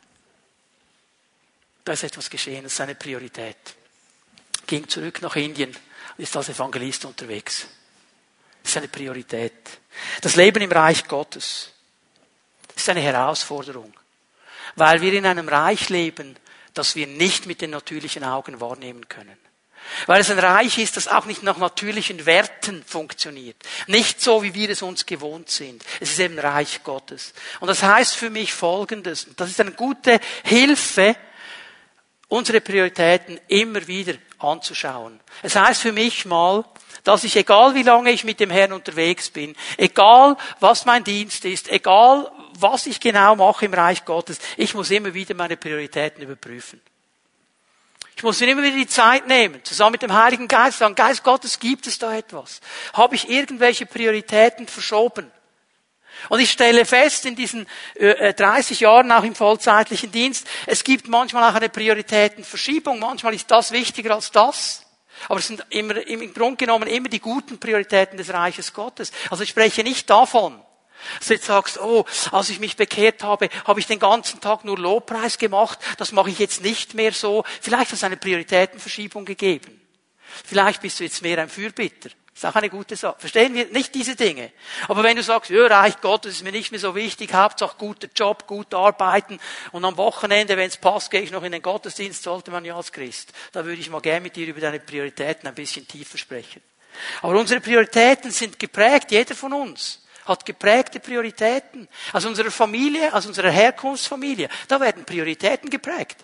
Da ist etwas geschehen, das ist seine Priorität. Ging zurück nach Indien und ist als Evangelist unterwegs. Das ist eine Priorität. Das Leben im Reich Gottes ist eine Herausforderung, weil wir in einem Reich leben, das wir nicht mit den natürlichen Augen wahrnehmen können. Weil es ein Reich ist, das auch nicht nach natürlichen Werten funktioniert. Nicht so, wie wir es uns gewohnt sind. Es ist eben Reich Gottes. Und das heißt für mich Folgendes. Und das ist eine gute Hilfe, unsere Prioritäten immer wieder anzuschauen. Es heißt für mich mal, dass ich, egal wie lange ich mit dem Herrn unterwegs bin, egal was mein Dienst ist, egal was ich genau mache im Reich Gottes, ich muss immer wieder meine Prioritäten überprüfen. Ich muss mir immer wieder die Zeit nehmen, zusammen mit dem Heiligen Geist sagen, Geist Gottes, gibt es da etwas? Habe ich irgendwelche Prioritäten verschoben? Und ich stelle fest, in diesen 30 Jahren auch im vollzeitlichen Dienst, es gibt manchmal auch eine Prioritätenverschiebung. Manchmal ist das wichtiger als das. Aber es sind immer, im Grunde genommen immer die guten Prioritäten des Reiches Gottes. Also ich spreche nicht davon, dass du jetzt sagst, oh, als ich mich bekehrt habe, habe ich den ganzen Tag nur Lobpreis gemacht. Das mache ich jetzt nicht mehr so. Vielleicht hat es eine Prioritätenverschiebung gegeben. Vielleicht bist du jetzt mehr ein Fürbitter. Das ist auch eine gute Sache. Verstehen wir nicht diese Dinge? Aber wenn du sagst, ja, Reich Gottes ist mir nicht mehr so wichtig, Hauptsache guter Job, gut arbeiten und am Wochenende, wenn es passt, gehe ich noch in den Gottesdienst, sollte man ja als Christ. Da würde ich mal gerne mit dir über deine Prioritäten ein bisschen tiefer sprechen. Aber unsere Prioritäten sind geprägt, jeder von uns hat geprägte Prioritäten. Aus unserer Familie, aus unserer Herkunftsfamilie, da werden Prioritäten geprägt.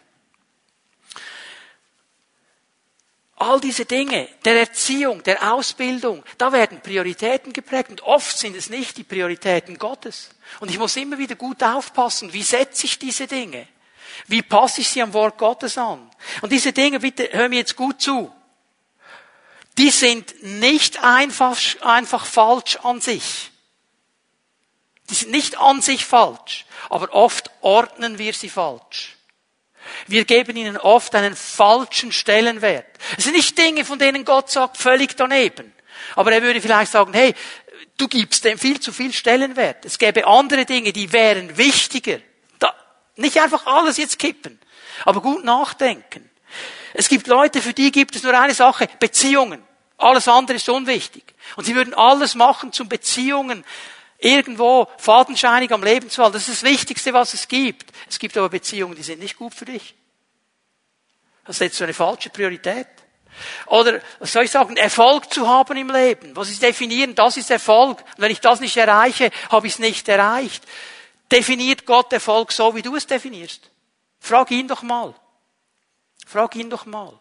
All diese Dinge, der Erziehung, der Ausbildung, da werden Prioritäten geprägt. Und oft sind es nicht die Prioritäten Gottes. Und ich muss immer wieder gut aufpassen, wie setze ich diese Dinge? Wie passe ich sie am Wort Gottes an? Und diese Dinge, bitte hör mir jetzt gut zu. Die sind nicht einfach falsch an sich. Die sind nicht an sich falsch. Aber oft ordnen wir sie falsch. Wir geben ihnen oft einen falschen Stellenwert. Es sind nicht Dinge, von denen Gott sagt, völlig daneben. Aber er würde vielleicht sagen, hey, du gibst dem viel zu viel Stellenwert. Es gäbe andere Dinge, die wären wichtiger. Nicht einfach alles jetzt kippen, aber gut nachdenken. Es gibt Leute, für die gibt es nur eine Sache, Beziehungen. Alles andere ist unwichtig. Und sie würden alles machen, zum Beziehungen irgendwo fadenscheinig am Leben zu halten. Das ist das Wichtigste, was es gibt. Es gibt aber Beziehungen, die sind nicht gut für dich. Das setzt du eine falsche Priorität. Oder, was soll ich sagen, Erfolg zu haben im Leben. Was ist definieren? Das ist Erfolg. Und wenn ich das nicht erreiche, habe ich es nicht erreicht. Definiert Gott Erfolg so, wie du es definierst? Frag ihn doch mal. Frag ihn doch mal.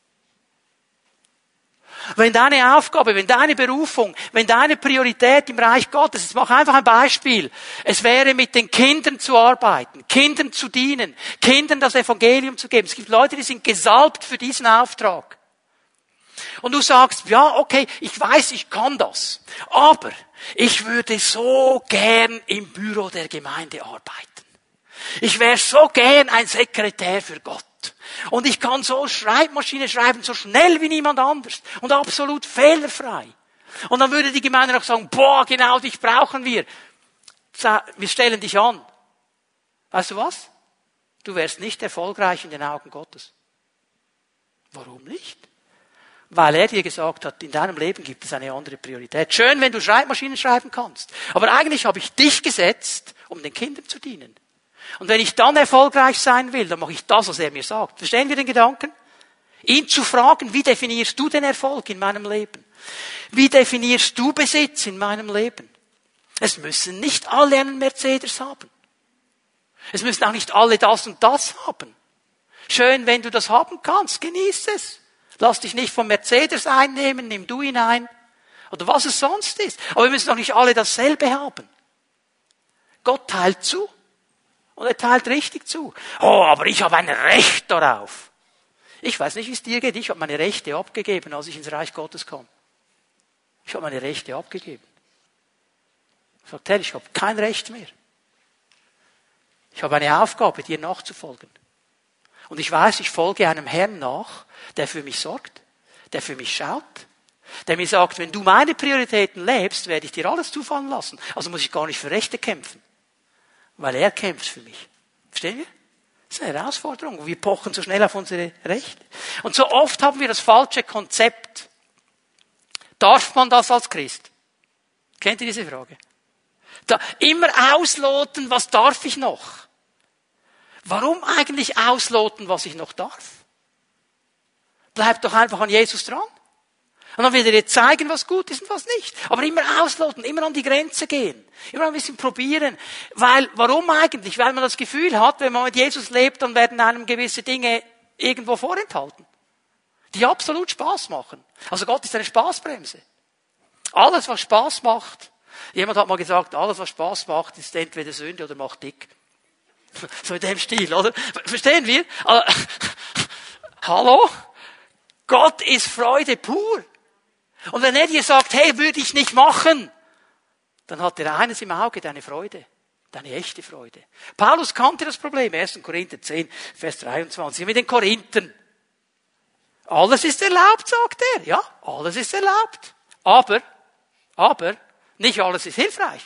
Wenn deine Aufgabe, wenn deine Berufung, wenn deine Priorität im Reich Gottes, jetzt mach einfach ein Beispiel, es wäre mit den Kindern zu arbeiten, Kindern zu dienen, Kindern das Evangelium zu geben. Es gibt Leute, die sind gesalbt für diesen Auftrag. Und du sagst, ja, okay, ich weiß, ich kann das, aber ich würde so gern im Büro der Gemeinde arbeiten. Ich wäre so gern ein Sekretär für Gott. Und ich kann so Schreibmaschine schreiben, so schnell wie niemand anders. Und absolut fehlerfrei. Und dann würde die Gemeinde noch sagen, boah, genau dich brauchen wir. Wir stellen dich an. Weißt du was? Du wärst nicht erfolgreich in den Augen Gottes. Warum nicht? Weil er dir gesagt hat, in deinem Leben gibt es eine andere Priorität. Schön, wenn du Schreibmaschinen schreiben kannst. Aber eigentlich habe ich dich gesetzt, um den Kindern zu dienen. Und wenn ich dann erfolgreich sein will, dann mache ich das, was er mir sagt. Verstehen wir den Gedanken? Ihn zu fragen, wie definierst du den Erfolg in meinem Leben? Wie definierst du Besitz in meinem Leben? Es müssen nicht alle einen Mercedes haben. Es müssen auch nicht alle das und das haben. Schön, wenn du das haben kannst, genieß es. Lass dich nicht vom Mercedes einnehmen, nimm du ihn ein. Oder was es sonst ist. Aber wir müssen doch nicht alle dasselbe haben. Gott teilt zu. Und er teilt richtig zu. Oh, aber ich habe ein Recht darauf. Ich weiß nicht, wie es dir geht. Ich habe meine Rechte abgegeben, als ich ins Reich Gottes kam. Ich habe meine Rechte abgegeben. Ich sagte, Herr, ich habe kein Recht mehr. Ich habe eine Aufgabe, dir nachzufolgen. Und ich weiß, ich folge einem Herrn nach, der für mich sorgt, der für mich schaut, der mir sagt, wenn du meine Prioritäten lebst, werde ich dir alles zufallen lassen. Also muss ich gar nicht für Rechte kämpfen, weil er kämpft für mich. Verstehen wir? Das ist eine Herausforderung. Wir pochen so schnell auf unsere Rechte. Und so oft haben wir das falsche Konzept. Darf man das als Christ? Kennt ihr diese Frage? Immer ausloten, was darf ich noch? Warum eigentlich ausloten, was ich noch darf? Bleib doch einfach an Jesus dran. Und dann wird er dir zeigen, was gut ist und was nicht. Aber immer ausloten, immer an die Grenze gehen. Immer ein bisschen probieren. Warum eigentlich? Weil man das Gefühl hat, wenn man mit Jesus lebt, dann werden einem gewisse Dinge irgendwo vorenthalten. Die absolut Spaß machen. Also Gott ist eine Spaßbremse. Alles, was Spaß macht. Jemand hat mal gesagt, alles, was Spaß macht, ist entweder Sünde oder macht dick. So in dem Stil, oder? Verstehen wir? Hallo? Gott ist Freude pur. Und wenn er dir sagt, hey, würde ich nicht machen, dann hat er eines im Auge, deine Freude. Deine echte Freude. Paulus kannte das Problem. 1. Korinther 10, Vers 23. Mit den Korinthern. Alles ist erlaubt, sagt er. Ja, alles ist erlaubt. Aber, nicht alles ist hilfreich.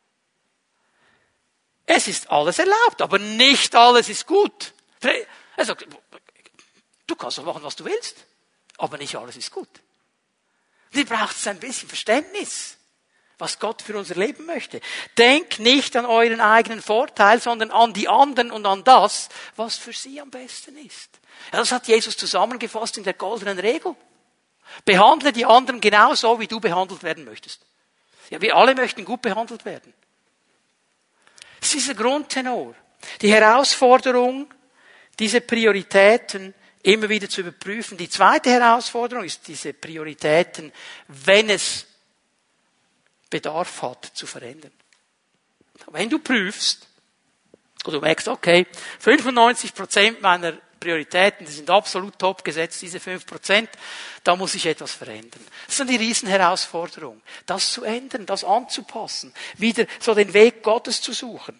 Es ist alles erlaubt, aber nicht alles ist gut. Er sagt, du kannst doch machen, was du willst, aber nicht alles ist gut. Sie braucht ein bisschen Verständnis, was Gott für unser Leben möchte. Denkt nicht an euren eigenen Vorteil, sondern an die anderen und an das, was für sie am besten ist. Ja, das hat Jesus zusammengefasst in der goldenen Regel. Behandle die anderen genauso, wie du behandelt werden möchtest. Ja, wir alle möchten gut behandelt werden. Das ist dieser Grundtenor. Die Herausforderung, diese Prioritäten immer wieder zu überprüfen. Die zweite Herausforderung ist, diese Prioritäten, wenn es Bedarf hat, zu verändern. Wenn du prüfst, oder du merkst, okay, 95% meiner Prioritäten, die sind absolut top gesetzt, diese 5%, da muss ich etwas verändern. Das ist dann die Riesenherausforderung, das zu ändern, das anzupassen, wieder so den Weg Gottes zu suchen,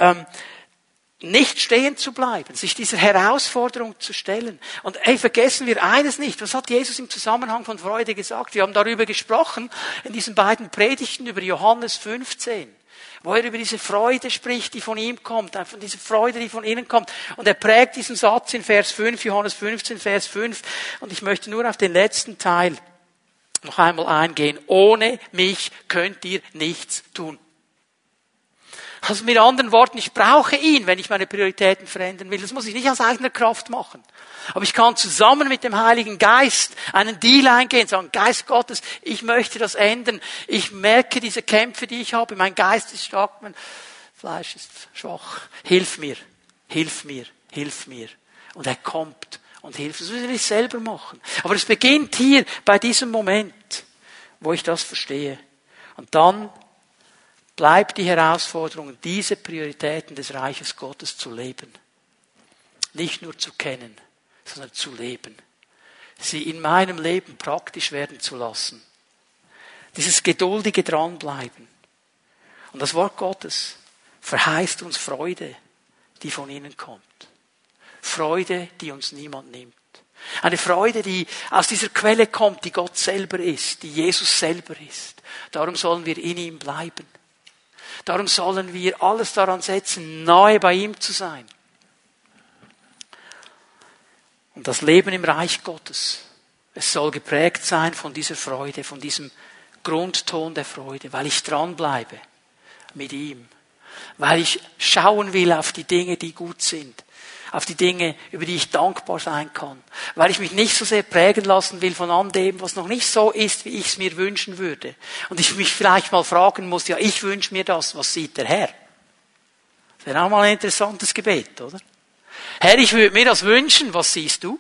nicht stehen zu bleiben, sich dieser Herausforderung zu stellen. Und vergessen wir eines nicht, was hat Jesus im Zusammenhang von Freude gesagt? Wir haben darüber gesprochen in diesen beiden Predigten über Johannes 15. Wo er über diese Freude spricht, die von ihm kommt, von dieser Freude, die von innen kommt. Und er prägt diesen Satz in Vers 5, Johannes 15, Vers 5. Und ich möchte nur auf den letzten Teil noch einmal eingehen. Ohne mich könnt ihr nichts tun. Also mit anderen Worten, ich brauche ihn, wenn ich meine Prioritäten verändern will. Das muss ich nicht aus eigener Kraft machen. Aber ich kann zusammen mit dem Heiligen Geist einen Deal eingehen, sagen, Geist Gottes, ich möchte das ändern. Ich merke diese Kämpfe, die ich habe. Mein Geist ist stark, mein Fleisch ist schwach. Hilf mir, hilf mir, hilf mir. Und er kommt und hilft. Das müssen wir nicht selber machen. Aber es beginnt hier bei diesem Moment, wo ich das verstehe. Und dann bleibt die Herausforderung, diese Prioritäten des Reiches Gottes zu leben. Nicht nur zu kennen, sondern zu leben. Sie in meinem Leben praktisch werden zu lassen. Dieses geduldige Dranbleiben. Und das Wort Gottes verheißt uns Freude, die von innen kommt. Freude, die uns niemand nimmt. Eine Freude, die aus dieser Quelle kommt, die Gott selber ist, die Jesus selber ist. Darum sollen wir in ihm bleiben. Darum sollen wir alles daran setzen, nahe bei ihm zu sein. Und das Leben im Reich Gottes, es soll geprägt sein von dieser Freude, von diesem Grundton der Freude, weil ich dranbleibe mit ihm, weil ich schauen will auf die Dinge, die gut sind, auf die Dinge, über die ich dankbar sein kann, weil ich mich nicht so sehr prägen lassen will von all dem, was noch nicht so ist, wie ich es mir wünschen würde. Und ich mich vielleicht mal fragen muss, ja, ich wünsche mir das, was sieht der Herr? Das wäre auch mal ein interessantes Gebet, oder? Herr, ich würde mir das wünschen, was siehst du?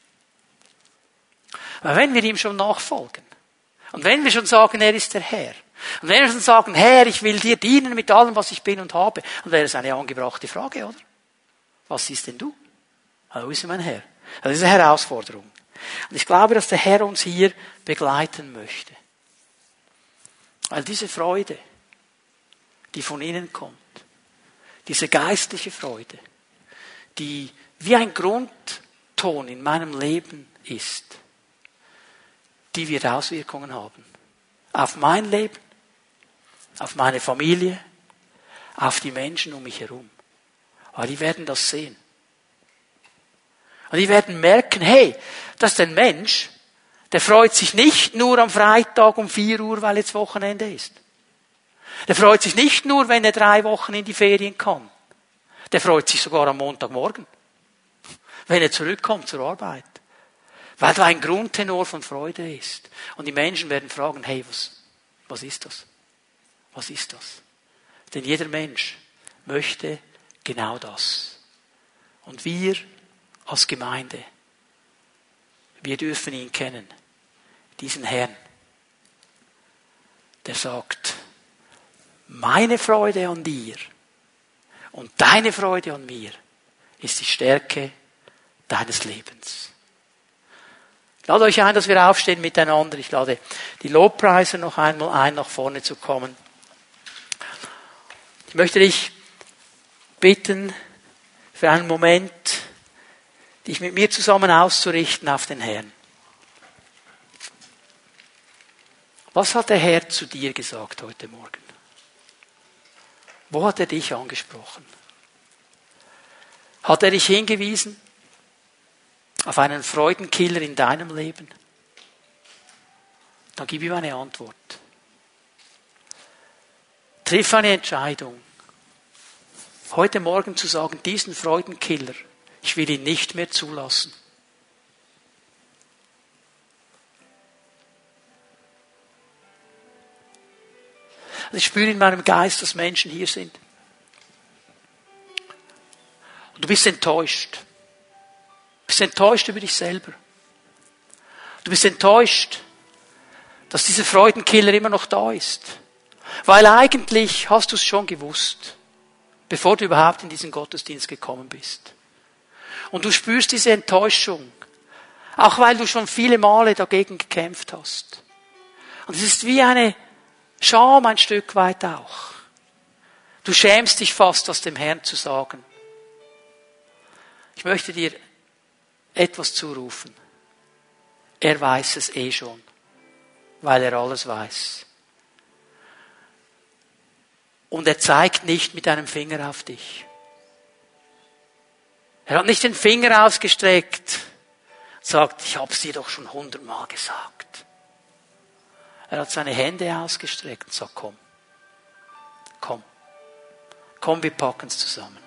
Weil wenn wir ihm schon nachfolgen, und wenn wir schon sagen, er ist der Herr, und wenn wir schon sagen, Herr, ich will dir dienen mit allem, was ich bin und habe, dann wäre es eine angebrachte Frage, oder? Was siehst denn du? Wo ist mein Herr? Das ist eine Herausforderung. Und ich glaube, dass der Herr uns hier begleiten möchte. Weil diese Freude, die von innen kommt, diese geistliche Freude, die wie ein Grundton in meinem Leben ist, die wird Auswirkungen haben. Auf mein Leben, auf meine Familie, auf die Menschen um mich herum. Aber die werden das sehen. Und die werden merken, hey, das ist ein Mensch, der freut sich nicht nur am Freitag um 4 Uhr, weil jetzt Wochenende ist. Der freut sich nicht nur, wenn er 3 Wochen in die Ferien kann. Der freut sich sogar am Montagmorgen, wenn er zurückkommt zur Arbeit. Weil da ein Grundtenor von Freude ist. Und die Menschen werden fragen, hey, was ist das? Was ist das? Denn jeder Mensch möchte genau das. Und wir als Gemeinde, wir dürfen ihn kennen. Diesen Herrn, der sagt, meine Freude an dir und deine Freude an mir ist die Stärke deines Lebens. Ich lade euch ein, dass wir aufstehen miteinander. Ich lade die Lobpreiser noch einmal ein, nach vorne zu kommen. Ich möchte dich bitten, für einen Moment, dich mit mir zusammen auszurichten auf den Herrn. Was hat der Herr zu dir gesagt heute Morgen? Wo hat er dich angesprochen? Hat er dich hingewiesen auf einen Freudenkiller in deinem Leben? Dann gib ihm eine Antwort. Triff eine Entscheidung. Heute Morgen zu sagen, diesen Freudenkiller, ich will ihn nicht mehr zulassen. Also ich spüre in meinem Geist, dass Menschen hier sind. Und du bist enttäuscht. Du bist enttäuscht über dich selber. Du bist enttäuscht, dass dieser Freudenkiller immer noch da ist. Weil eigentlich hast du es schon gewusst, bevor du überhaupt in diesen Gottesdienst gekommen bist. Und du spürst diese Enttäuschung, auch weil du schon viele Male dagegen gekämpft hast. Und es ist wie eine Scham ein Stück weit auch. Du schämst dich fast, das dem Herrn zu sagen. Ich möchte dir etwas zurufen. Er weiß es eh schon, weil er alles weiß. Und er zeigt nicht mit einem Finger auf dich. Er hat nicht den Finger ausgestreckt und sagt, ich habe es dir doch schon 100-mal gesagt. Er hat seine Hände ausgestreckt und sagt, komm. Komm. Komm, wir packen es zusammen.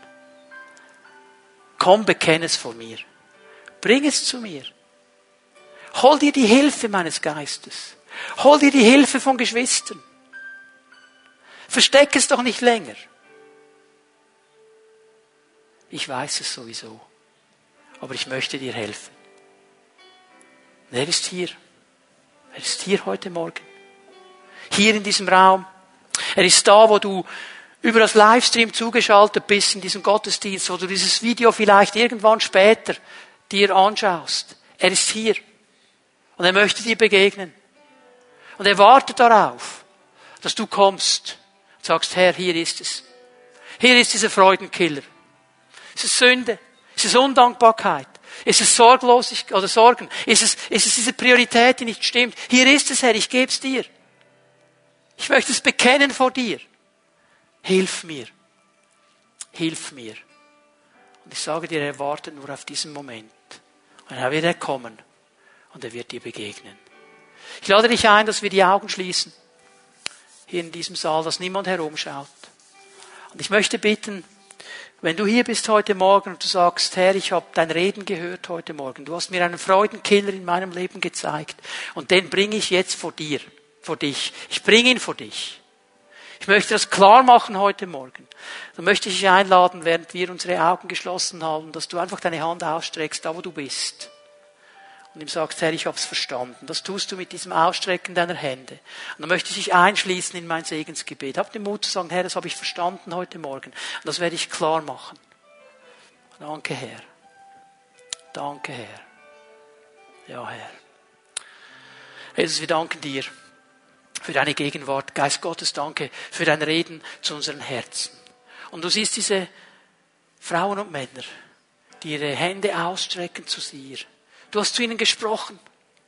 Komm, bekenn es vor mir. Bring es zu mir. Hol dir die Hilfe meines Geistes. Hol dir die Hilfe von Geschwistern. Versteck es doch nicht länger. Ich weiß es sowieso. Aber ich möchte dir helfen. Und er ist hier. Er ist hier heute Morgen. Hier in diesem Raum. Er ist da, wo du über das Livestream zugeschaltet bist in diesem Gottesdienst, wo du dieses Video vielleicht irgendwann später dir anschaust. Er ist hier. Und er möchte dir begegnen. Und er wartet darauf, dass du kommst und sagst, Herr, hier ist es. Hier ist dieser Freudenkiller. Ist es Sünde? Ist es Undankbarkeit? Ist es Sorglosigkeit oder Sorgen? Ist es diese Priorität, die nicht stimmt? Hier ist es, Herr, ich gebe es dir. Ich möchte es bekennen vor dir. Hilf mir. Hilf mir. Und ich sage dir, er wartet nur auf diesen Moment. Und dann wird er kommen und er wird dir begegnen. Ich lade dich ein, dass wir die Augen schließen. Hier in diesem Saal, dass niemand herumschaut. Und ich möchte bitten, Wenn du hier bist heute Morgen und du sagst, Herr, ich habe dein Reden gehört heute Morgen, du hast mir einen Freudenkiller in meinem Leben gezeigt und den bringe ich jetzt vor dir, vor dich. Ich bringe ihn vor dich. Ich möchte das klar machen heute Morgen. Dann möchte ich dich einladen, während wir unsere Augen geschlossen haben, dass du einfach deine Hand ausstreckst, da wo du bist. Und ihm sagst, Herr, ich habe es verstanden. Das tust du mit diesem Ausstrecken deiner Hände. Und dann möchte ich dich einschließen in mein Segensgebet. Hab den Mut zu sagen, Herr, das habe ich verstanden heute Morgen. Und das werde ich klar machen. Danke, Herr. Danke, Herr. Ja, Herr. Jesus, wir danken dir für deine Gegenwart. Geist Gottes, danke für dein Reden zu unseren Herzen. Und du siehst diese Frauen und Männer, die ihre Hände ausstrecken zu dir. Du hast zu ihnen gesprochen.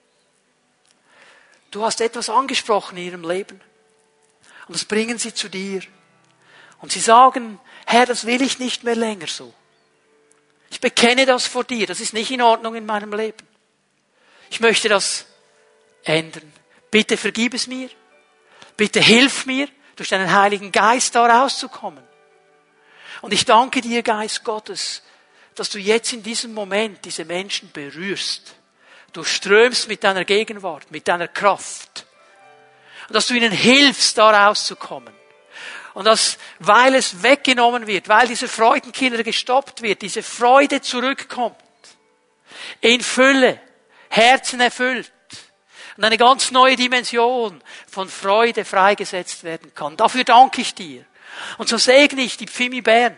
Du hast etwas angesprochen in ihrem Leben. Und das bringen sie zu dir. Und sie sagen, Herr, das will ich nicht mehr länger so. Ich bekenne das vor dir. Das ist nicht in Ordnung in meinem Leben. Ich möchte das ändern. Bitte vergib es mir. Bitte hilf mir, durch deinen Heiligen Geist da rauszukommen. Und ich danke dir, Geist Gottes, dass du jetzt in diesem Moment diese Menschen berührst. Du strömst mit deiner Gegenwart, mit deiner Kraft. Und dass du ihnen hilfst, da rauszukommen. Und dass, weil es weggenommen wird, weil dieser Freudenkiller gestoppt wird, diese Freude zurückkommt. In Fülle, Herzen erfüllt. Und eine ganz neue Dimension von Freude freigesetzt werden kann. Dafür danke ich dir. Und so segne ich die Pfimi Bern.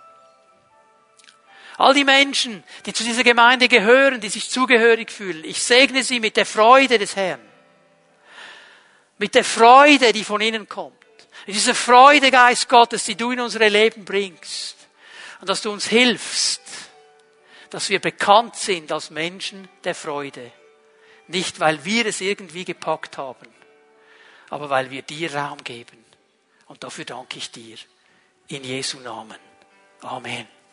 All die Menschen, die zu dieser Gemeinde gehören, die sich zugehörig fühlen, ich segne sie mit der Freude des Herrn. Mit der Freude, die von ihnen kommt. Mit dieser Freude, Geist Gottes, die du in unsere Leben bringst. Und dass du uns hilfst, dass wir bekannt sind als Menschen der Freude. Nicht, weil wir es irgendwie gepackt haben, aber weil wir dir Raum geben. Und dafür danke ich dir. In Jesu Namen. Amen.